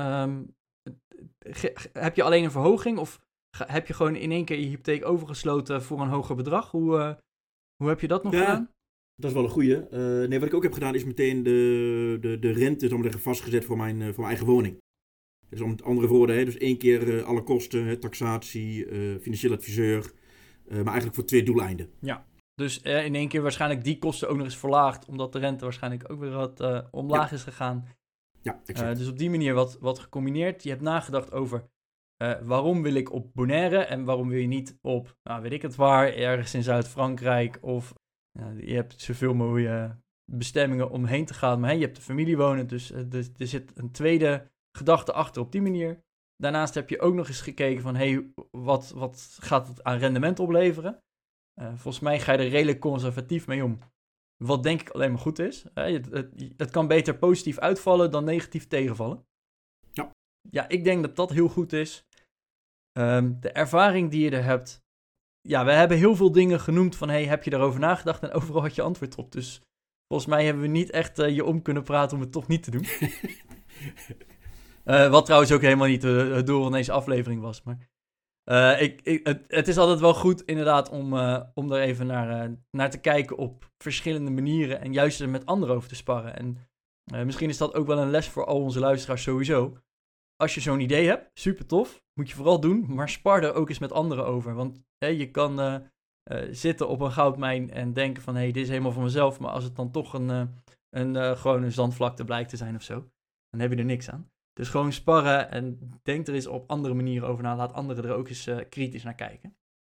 Speaker 1: Heb je alleen een verhoging of heb je gewoon in één keer je hypotheek overgesloten voor een hoger bedrag? Hoe heb je dat nog gedaan?
Speaker 4: Dat is wel een goeie. Wat ik ook heb gedaan is meteen de rente vastgezet voor mijn eigen woning. Dus om het andere woorden, dus 1 keer alle kosten, taxatie, financieel adviseur, maar eigenlijk voor 2 doeleinden.
Speaker 1: Ja, dus in 1 keer waarschijnlijk die kosten ook nog eens verlaagd, omdat de rente waarschijnlijk ook weer wat omlaag is gegaan.
Speaker 4: Ja, exact.
Speaker 1: Dus op die manier wat gecombineerd. Je hebt nagedacht over waarom wil ik op Bonaire en waarom wil je niet op, weet ik het waar, ergens in Zuid-Frankrijk of je hebt zoveel mooie bestemmingen om heen te gaan, maar je hebt de familie wonen, dus er zit een tweede gedachte achter op die manier. Daarnaast heb je ook nog eens gekeken van, wat gaat het aan rendement opleveren? Volgens mij ga je er redelijk conservatief mee om. Wat denk ik alleen maar goed is. Het kan beter positief uitvallen dan negatief tegenvallen.
Speaker 4: Ja.
Speaker 1: Ja, ik denk dat dat heel goed is. De ervaring die je er hebt. Ja, we hebben heel veel dingen genoemd van, heb je daarover nagedacht? En overal had je antwoord op. Dus volgens mij hebben we niet echt je om kunnen praten om het toch niet te doen. Wat trouwens ook helemaal niet het doel van deze aflevering was. Maar het is altijd wel goed inderdaad om er even naar te kijken op verschillende manieren. En juist er met anderen over te sparren. En misschien is dat ook wel een les voor al onze luisteraars sowieso. Als je zo'n idee hebt, super tof. Moet je vooral doen. Maar spar er ook eens met anderen over. Want je kan zitten op een goudmijn en denken van, dit is helemaal van mezelf. Maar als het dan toch gewoon een zandvlakte blijkt te zijn of zo, dan heb je er niks aan. Dus gewoon sparren en denk er eens op andere manieren over na. Laat anderen er ook eens kritisch naar kijken.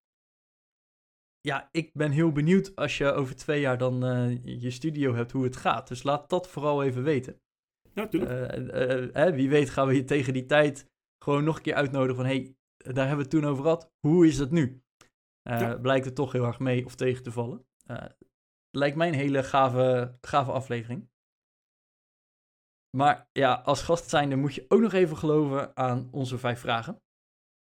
Speaker 1: Ja, ik ben heel benieuwd als je over 2 jaar dan je studio hebt hoe het gaat. Dus laat dat vooral even weten.
Speaker 4: Ja, tuurlijk.
Speaker 1: Wie weet gaan we je tegen die tijd gewoon nog een keer uitnodigen van, daar hebben we het toen over gehad. Hoe is dat nu? Blijkt het toch heel erg mee of tegen te vallen. Lijkt mij een hele gave aflevering. Maar ja, als gast zijnde moet je ook nog even geloven aan onze 5 vragen.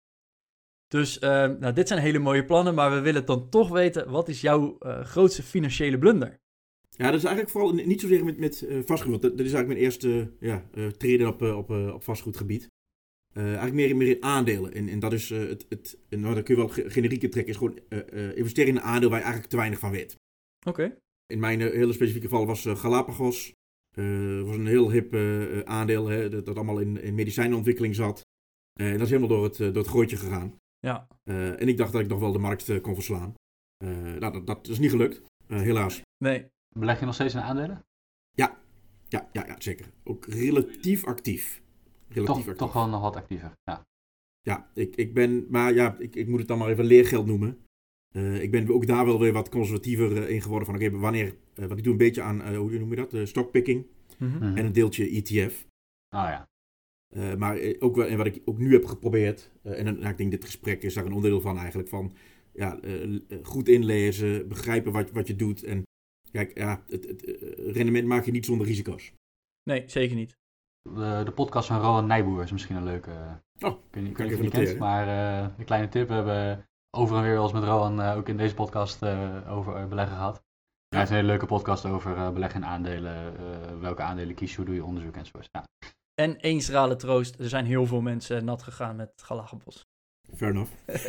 Speaker 1: Dus dit zijn hele mooie plannen, maar we willen dan toch weten, wat is jouw grootste financiële blunder?
Speaker 4: Ja, dat is eigenlijk vooral niet zozeer met vastgoed. Dat is eigenlijk mijn eerste treden op vastgoedgebied. Eigenlijk meer in aandelen. En dat is dat kun je wel generieke trekken, is gewoon investeren in een aandeel waar je eigenlijk te weinig van weet.
Speaker 1: Oké.
Speaker 4: In mijn hele specifieke geval was Galapagos. Was een heel hip aandeel, hè, dat allemaal in medicijnontwikkeling zat. En dat is helemaal door het gooitje gegaan.
Speaker 1: Ja.
Speaker 4: En ik dacht dat ik nog wel de markt kon verslaan. Dat is niet gelukt, helaas.
Speaker 1: Nee.
Speaker 2: Beleg je nog steeds in aandelen?
Speaker 4: Ja, zeker. Ook relatief actief.
Speaker 2: Toch wel nog wat actiever.
Speaker 4: Ja, ik moet het dan maar even leergeld noemen. Ik ben ook daar wel weer wat conservatiever in geworden van oké, wanneer, want ik doe een beetje aan, hoe noem je dat, stockpicking
Speaker 1: Mm-hmm.
Speaker 4: en een deeltje ETF.
Speaker 2: Ja.
Speaker 4: Maar ook wel, en wat ik ook nu heb geprobeerd, ik denk dit gesprek is daar een onderdeel van eigenlijk, van goed inlezen, begrijpen wat je doet en kijk, het rendement maak je niet zonder risico's.
Speaker 1: Nee, zeker niet.
Speaker 2: De podcast van Rowan Nijboer is misschien een leuke.
Speaker 4: Oh,
Speaker 2: ik weet niet
Speaker 4: kan
Speaker 2: of
Speaker 4: ik
Speaker 2: je die
Speaker 4: even
Speaker 2: kent,
Speaker 4: noteren.
Speaker 2: maar een kleine tip. We hebben over en weer wel eens met Rowan ook in deze podcast over beleggen gehad. Hij heeft een hele leuke podcast over beleggen in aandelen. Welke aandelen kies je, hoe doe je onderzoek enzovoort. Ja.
Speaker 1: En één schrale troost, er zijn heel veel mensen nat gegaan met Galapagos.
Speaker 4: Fair enough.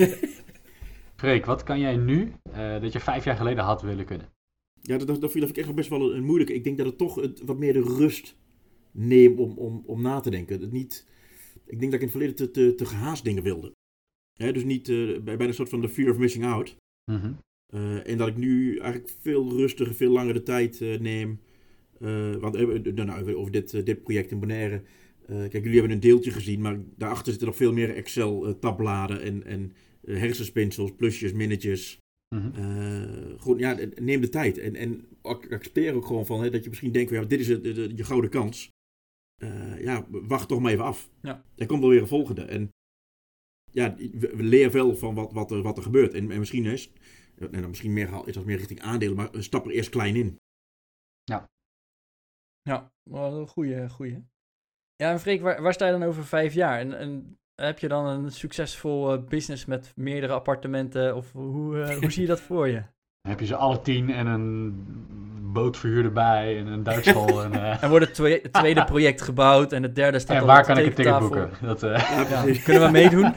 Speaker 2: Freek, wat kan jij nu dat je 5 jaar geleden had willen kunnen?
Speaker 4: Ja, dat vind ik echt nog best wel een moeilijke. Ik denk dat het toch wat meer de rust neemt om na te denken. Ik denk dat ik in het verleden te gehaast dingen wilde. Dus niet bij een soort van de fear of missing out.
Speaker 2: Mm-hmm.
Speaker 4: En dat ik nu eigenlijk veel rustiger, veel langer de tijd neem. Want over dit project in Bonaire. Kijk, jullie hebben een deeltje gezien, maar daarachter zitten nog veel meer Excel-tabbladen en hersenspinsels, plusjes, minnetjes.
Speaker 2: Mm-hmm.
Speaker 4: Gewoon, neem de tijd. En accepteer ook gewoon van dat je misschien denkt, dit is je gouden kans. Wacht toch maar even af.
Speaker 1: Ja.
Speaker 4: Er komt wel weer een volgende. En we leren wel van wat er gebeurt. En misschien is dat meer richting aandelen, maar stap er eerst klein in.
Speaker 1: Ja, wel een goeie. Ja, en Freek, waar sta je dan over 5 jaar? En heb je dan een succesvol business met meerdere appartementen? Of hoe zie je dat voor je?
Speaker 2: Heb je ze alle 10 en een bootverhuur erbij en een Duitsschool.
Speaker 1: En wordt het tweede project gebouwd en het derde staat
Speaker 2: en
Speaker 1: al
Speaker 2: waar
Speaker 1: op de
Speaker 2: kan ik een ticket
Speaker 1: tekentafel.
Speaker 2: boeken?
Speaker 1: Kunnen we meedoen?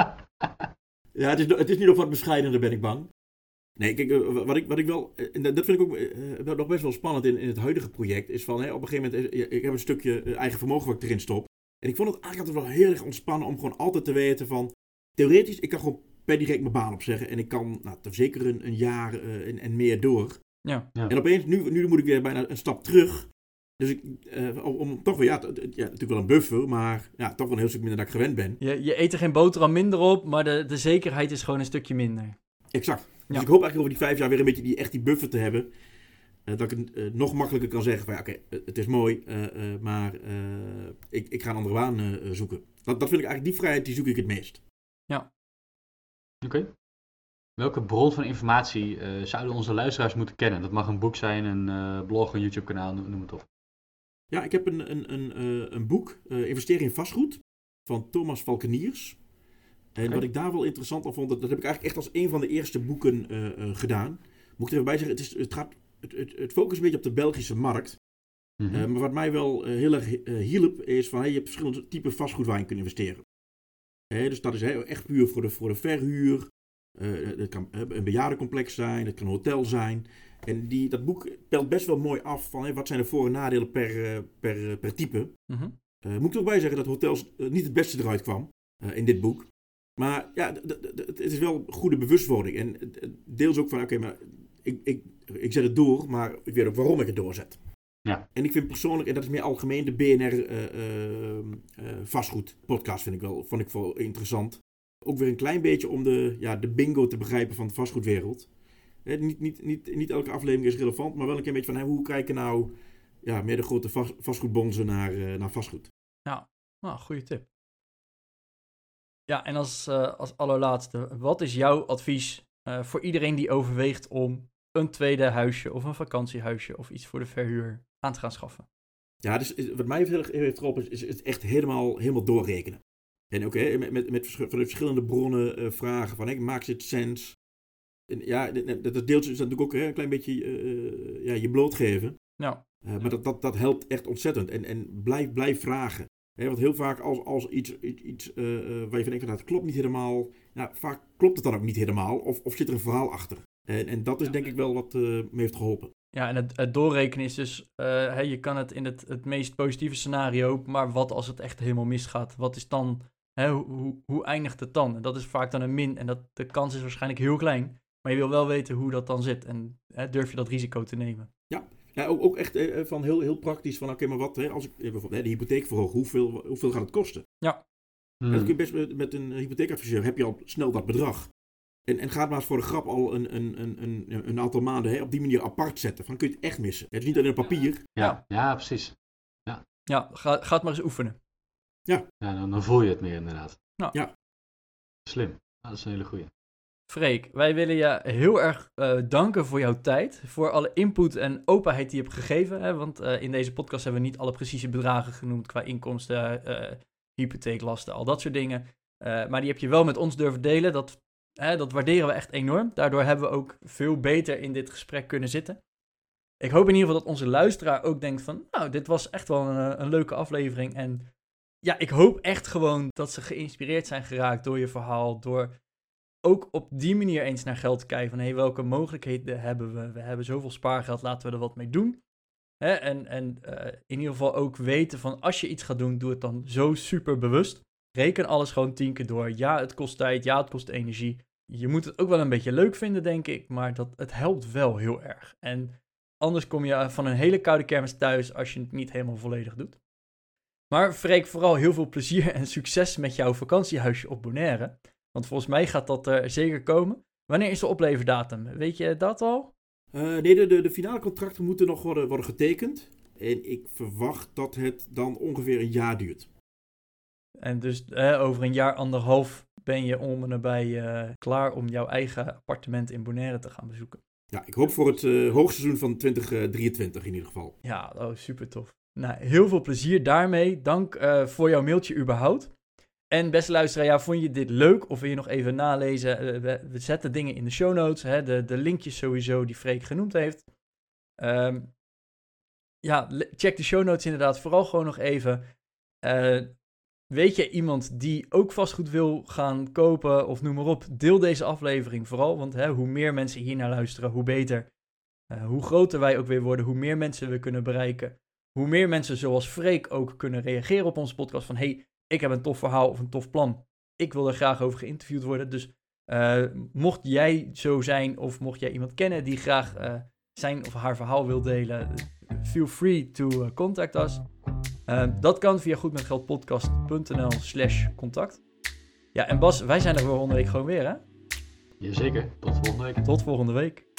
Speaker 4: Ja, het is niet nog wat bescheidener, ben ik bang. Nee, kijk, wat ik wel, en dat vind ik ook nog best wel spannend in het huidige project, is van, op een gegeven moment, ik heb een stukje eigen vermogen wat ik erin stop. En ik vond het eigenlijk altijd wel heel erg ontspannen om gewoon altijd te weten van, theoretisch, ik kan gewoon per direct mijn baan opzeggen en ik kan zeker een jaar en meer door.
Speaker 1: Ja.
Speaker 4: En opeens, nu moet ik weer bijna een stap terug. Dus om toch weer, natuurlijk wel een buffer, maar toch wel een heel stuk minder dan ik gewend ben.
Speaker 1: Je eet er geen boterham minder op, maar de zekerheid is gewoon een stukje minder.
Speaker 4: Exact. Dus
Speaker 1: Ja.
Speaker 4: ik hoop eigenlijk over die 5 jaar weer een beetje die buffer te hebben. Dat ik nog makkelijker kan zeggen van oké, het is mooi, maar ik ga een andere baan zoeken. Dat vind ik eigenlijk, die vrijheid die zoek ik het meest.
Speaker 1: Ja.
Speaker 2: Oké. Welke bron van informatie zouden onze luisteraars moeten kennen? Dat mag een boek zijn, een blog, een YouTube kanaal, noem het op.
Speaker 4: Ja, ik heb een boek, Investeren in vastgoed, van Thomas Valkeniers. En wat ik daar wel interessant aan vond, dat heb ik eigenlijk echt als een van de eerste boeken gedaan. Moet ik er even bij zeggen, het focust een beetje op de Belgische markt.
Speaker 2: Mm-hmm.
Speaker 4: Maar wat mij wel heel erg hielp, is van je hebt verschillende typen vastgoed waar je kunt investeren. Dus dat is echt puur voor de verhuur. Het kan een bejaardencomplex zijn, het kan een hotel zijn. En dat boek pelt best wel mooi af van wat zijn de voor- en nadelen per type.
Speaker 1: Mm-hmm.
Speaker 4: Moet ik er ook bij zeggen dat hotels niet het beste eruit kwam in dit boek. Maar ja, het is wel goede bewustwording. En deels ook van, oké, maar ik zet het door, maar ik weet ook waarom ik het doorzet.
Speaker 2: Ja.
Speaker 4: En ik vind persoonlijk, en dat is meer algemeen, de BNR vastgoed podcast vond ik wel interessant. Ook weer een klein beetje om de bingo te begrijpen van de vastgoedwereld. Niet elke aflevering is relevant, maar wel een klein beetje van hoe kijken nou meer de grote vastgoedbonzen naar vastgoed.
Speaker 1: Ja, goede tip. Ja, en als allerlaatste, wat is jouw advies voor iedereen die overweegt om een tweede huisje of een vakantiehuisje of iets voor de verhuur aan te gaan schaffen?
Speaker 4: Ja, dus wat mij heel erg geholpen is het echt helemaal doorrekenen. En ook met verschillende bronnen vragen van, maakt het sens? En ja, dat deeltje is natuurlijk ook een klein beetje je blootgeven.
Speaker 1: Ja.
Speaker 4: Maar dat helpt echt ontzettend. En blijf vragen. Want heel vaak als iets waar je van denkt, dat klopt niet helemaal. Nou, vaak klopt het dan ook niet helemaal. Of zit er een verhaal achter. En dat is denk ik wel wat me heeft geholpen.
Speaker 1: Ja, en het doorrekenen is dus, je kan het in het meest positieve scenario, maar wat als het echt helemaal misgaat? Wat is dan, hoe eindigt het dan? En dat is vaak dan een min en de kans is waarschijnlijk heel klein, maar je wil wel weten hoe dat dan zit en durf je dat risico te nemen.
Speaker 4: Ja, ook echt van heel praktisch van, oké, maar wat, als ik bijvoorbeeld de hypotheek verhoog, hoeveel gaat het kosten?
Speaker 1: Ja.
Speaker 4: En dan kun je best met een hypotheekadviseur, heb je al snel dat bedrag. En ga het maar eens voor de grap al een aantal maanden op die manier apart zetten. Van, kun je het echt missen. Het is niet alleen op papier.
Speaker 2: Ja, precies.
Speaker 1: Ja, ga het maar eens oefenen.
Speaker 2: Ja, dan voel je het meer inderdaad.
Speaker 1: Ja.
Speaker 2: Slim. Dat is een hele goeie.
Speaker 1: Freek, wij willen je heel erg danken voor jouw tijd, voor alle input en openheid die je hebt gegeven. Hè, want in deze podcast hebben we niet alle precieze bedragen genoemd qua inkomsten, hypotheeklasten, al dat soort dingen. Maar die heb je wel met ons durven delen. Dat waarderen we echt enorm. Daardoor hebben we ook veel beter in dit gesprek kunnen zitten. Ik hoop in ieder geval dat onze luisteraar ook denkt van, nou, dit was echt wel een leuke aflevering. En ja, ik hoop echt gewoon dat ze geïnspireerd zijn geraakt door je verhaal, door ook op die manier eens naar geld te kijken van, welke mogelijkheden hebben we? We hebben zoveel spaargeld, laten we er wat mee doen. En in ieder geval ook weten van, als je iets gaat doen, doe het dan zo super bewust. Reken alles gewoon 10 keer door. Ja, het kost tijd, ja, het kost energie. Je moet het ook wel een beetje leuk vinden, denk ik, maar het helpt wel heel erg. En anders kom je van een hele koude kermis thuis als je het niet helemaal volledig doet. Maar Freek, vooral heel veel plezier en succes met jouw vakantiehuisje op Bonaire. Want volgens mij gaat dat er zeker komen. Wanneer is de opleverdatum? Weet je dat al?
Speaker 4: Nee, de finale contracten moeten nog worden getekend. En ik verwacht dat het dan ongeveer een jaar duurt.
Speaker 1: En dus over een jaar, 1,5 ben je om en nabij klaar om jouw eigen appartement in Bonaire te gaan bezoeken.
Speaker 4: Ja, ik hoop voor het hoogseizoen van 2023 in ieder geval.
Speaker 1: Ja, super tof. Nou, heel veel plezier daarmee. Dank voor jouw mailtje überhaupt. En beste luisteraar, vond je dit leuk of wil je nog even nalezen? We zetten dingen in de show notes, de linkjes sowieso die Freek genoemd heeft. Check de show notes inderdaad vooral gewoon nog even. Weet je iemand die ook vastgoed wil gaan kopen of noem maar op, deel deze aflevering vooral. Want hoe meer mensen hier naar luisteren, hoe beter. Hoe groter wij ook weer worden, hoe meer mensen we kunnen bereiken. Hoe meer mensen zoals Freek ook kunnen reageren op onze podcast van, ik heb een tof verhaal of een tof plan. Ik wil er graag over geïnterviewd worden. Dus mocht jij zo zijn of mocht jij iemand kennen die graag zijn of haar verhaal wil delen, feel free to contact us. Dat kan via goedmetgeldpodcast.nl/contact. Ja, en Bas, wij zijn er volgende week gewoon weer, hè?
Speaker 2: Jazeker, tot volgende week.
Speaker 1: Tot volgende week.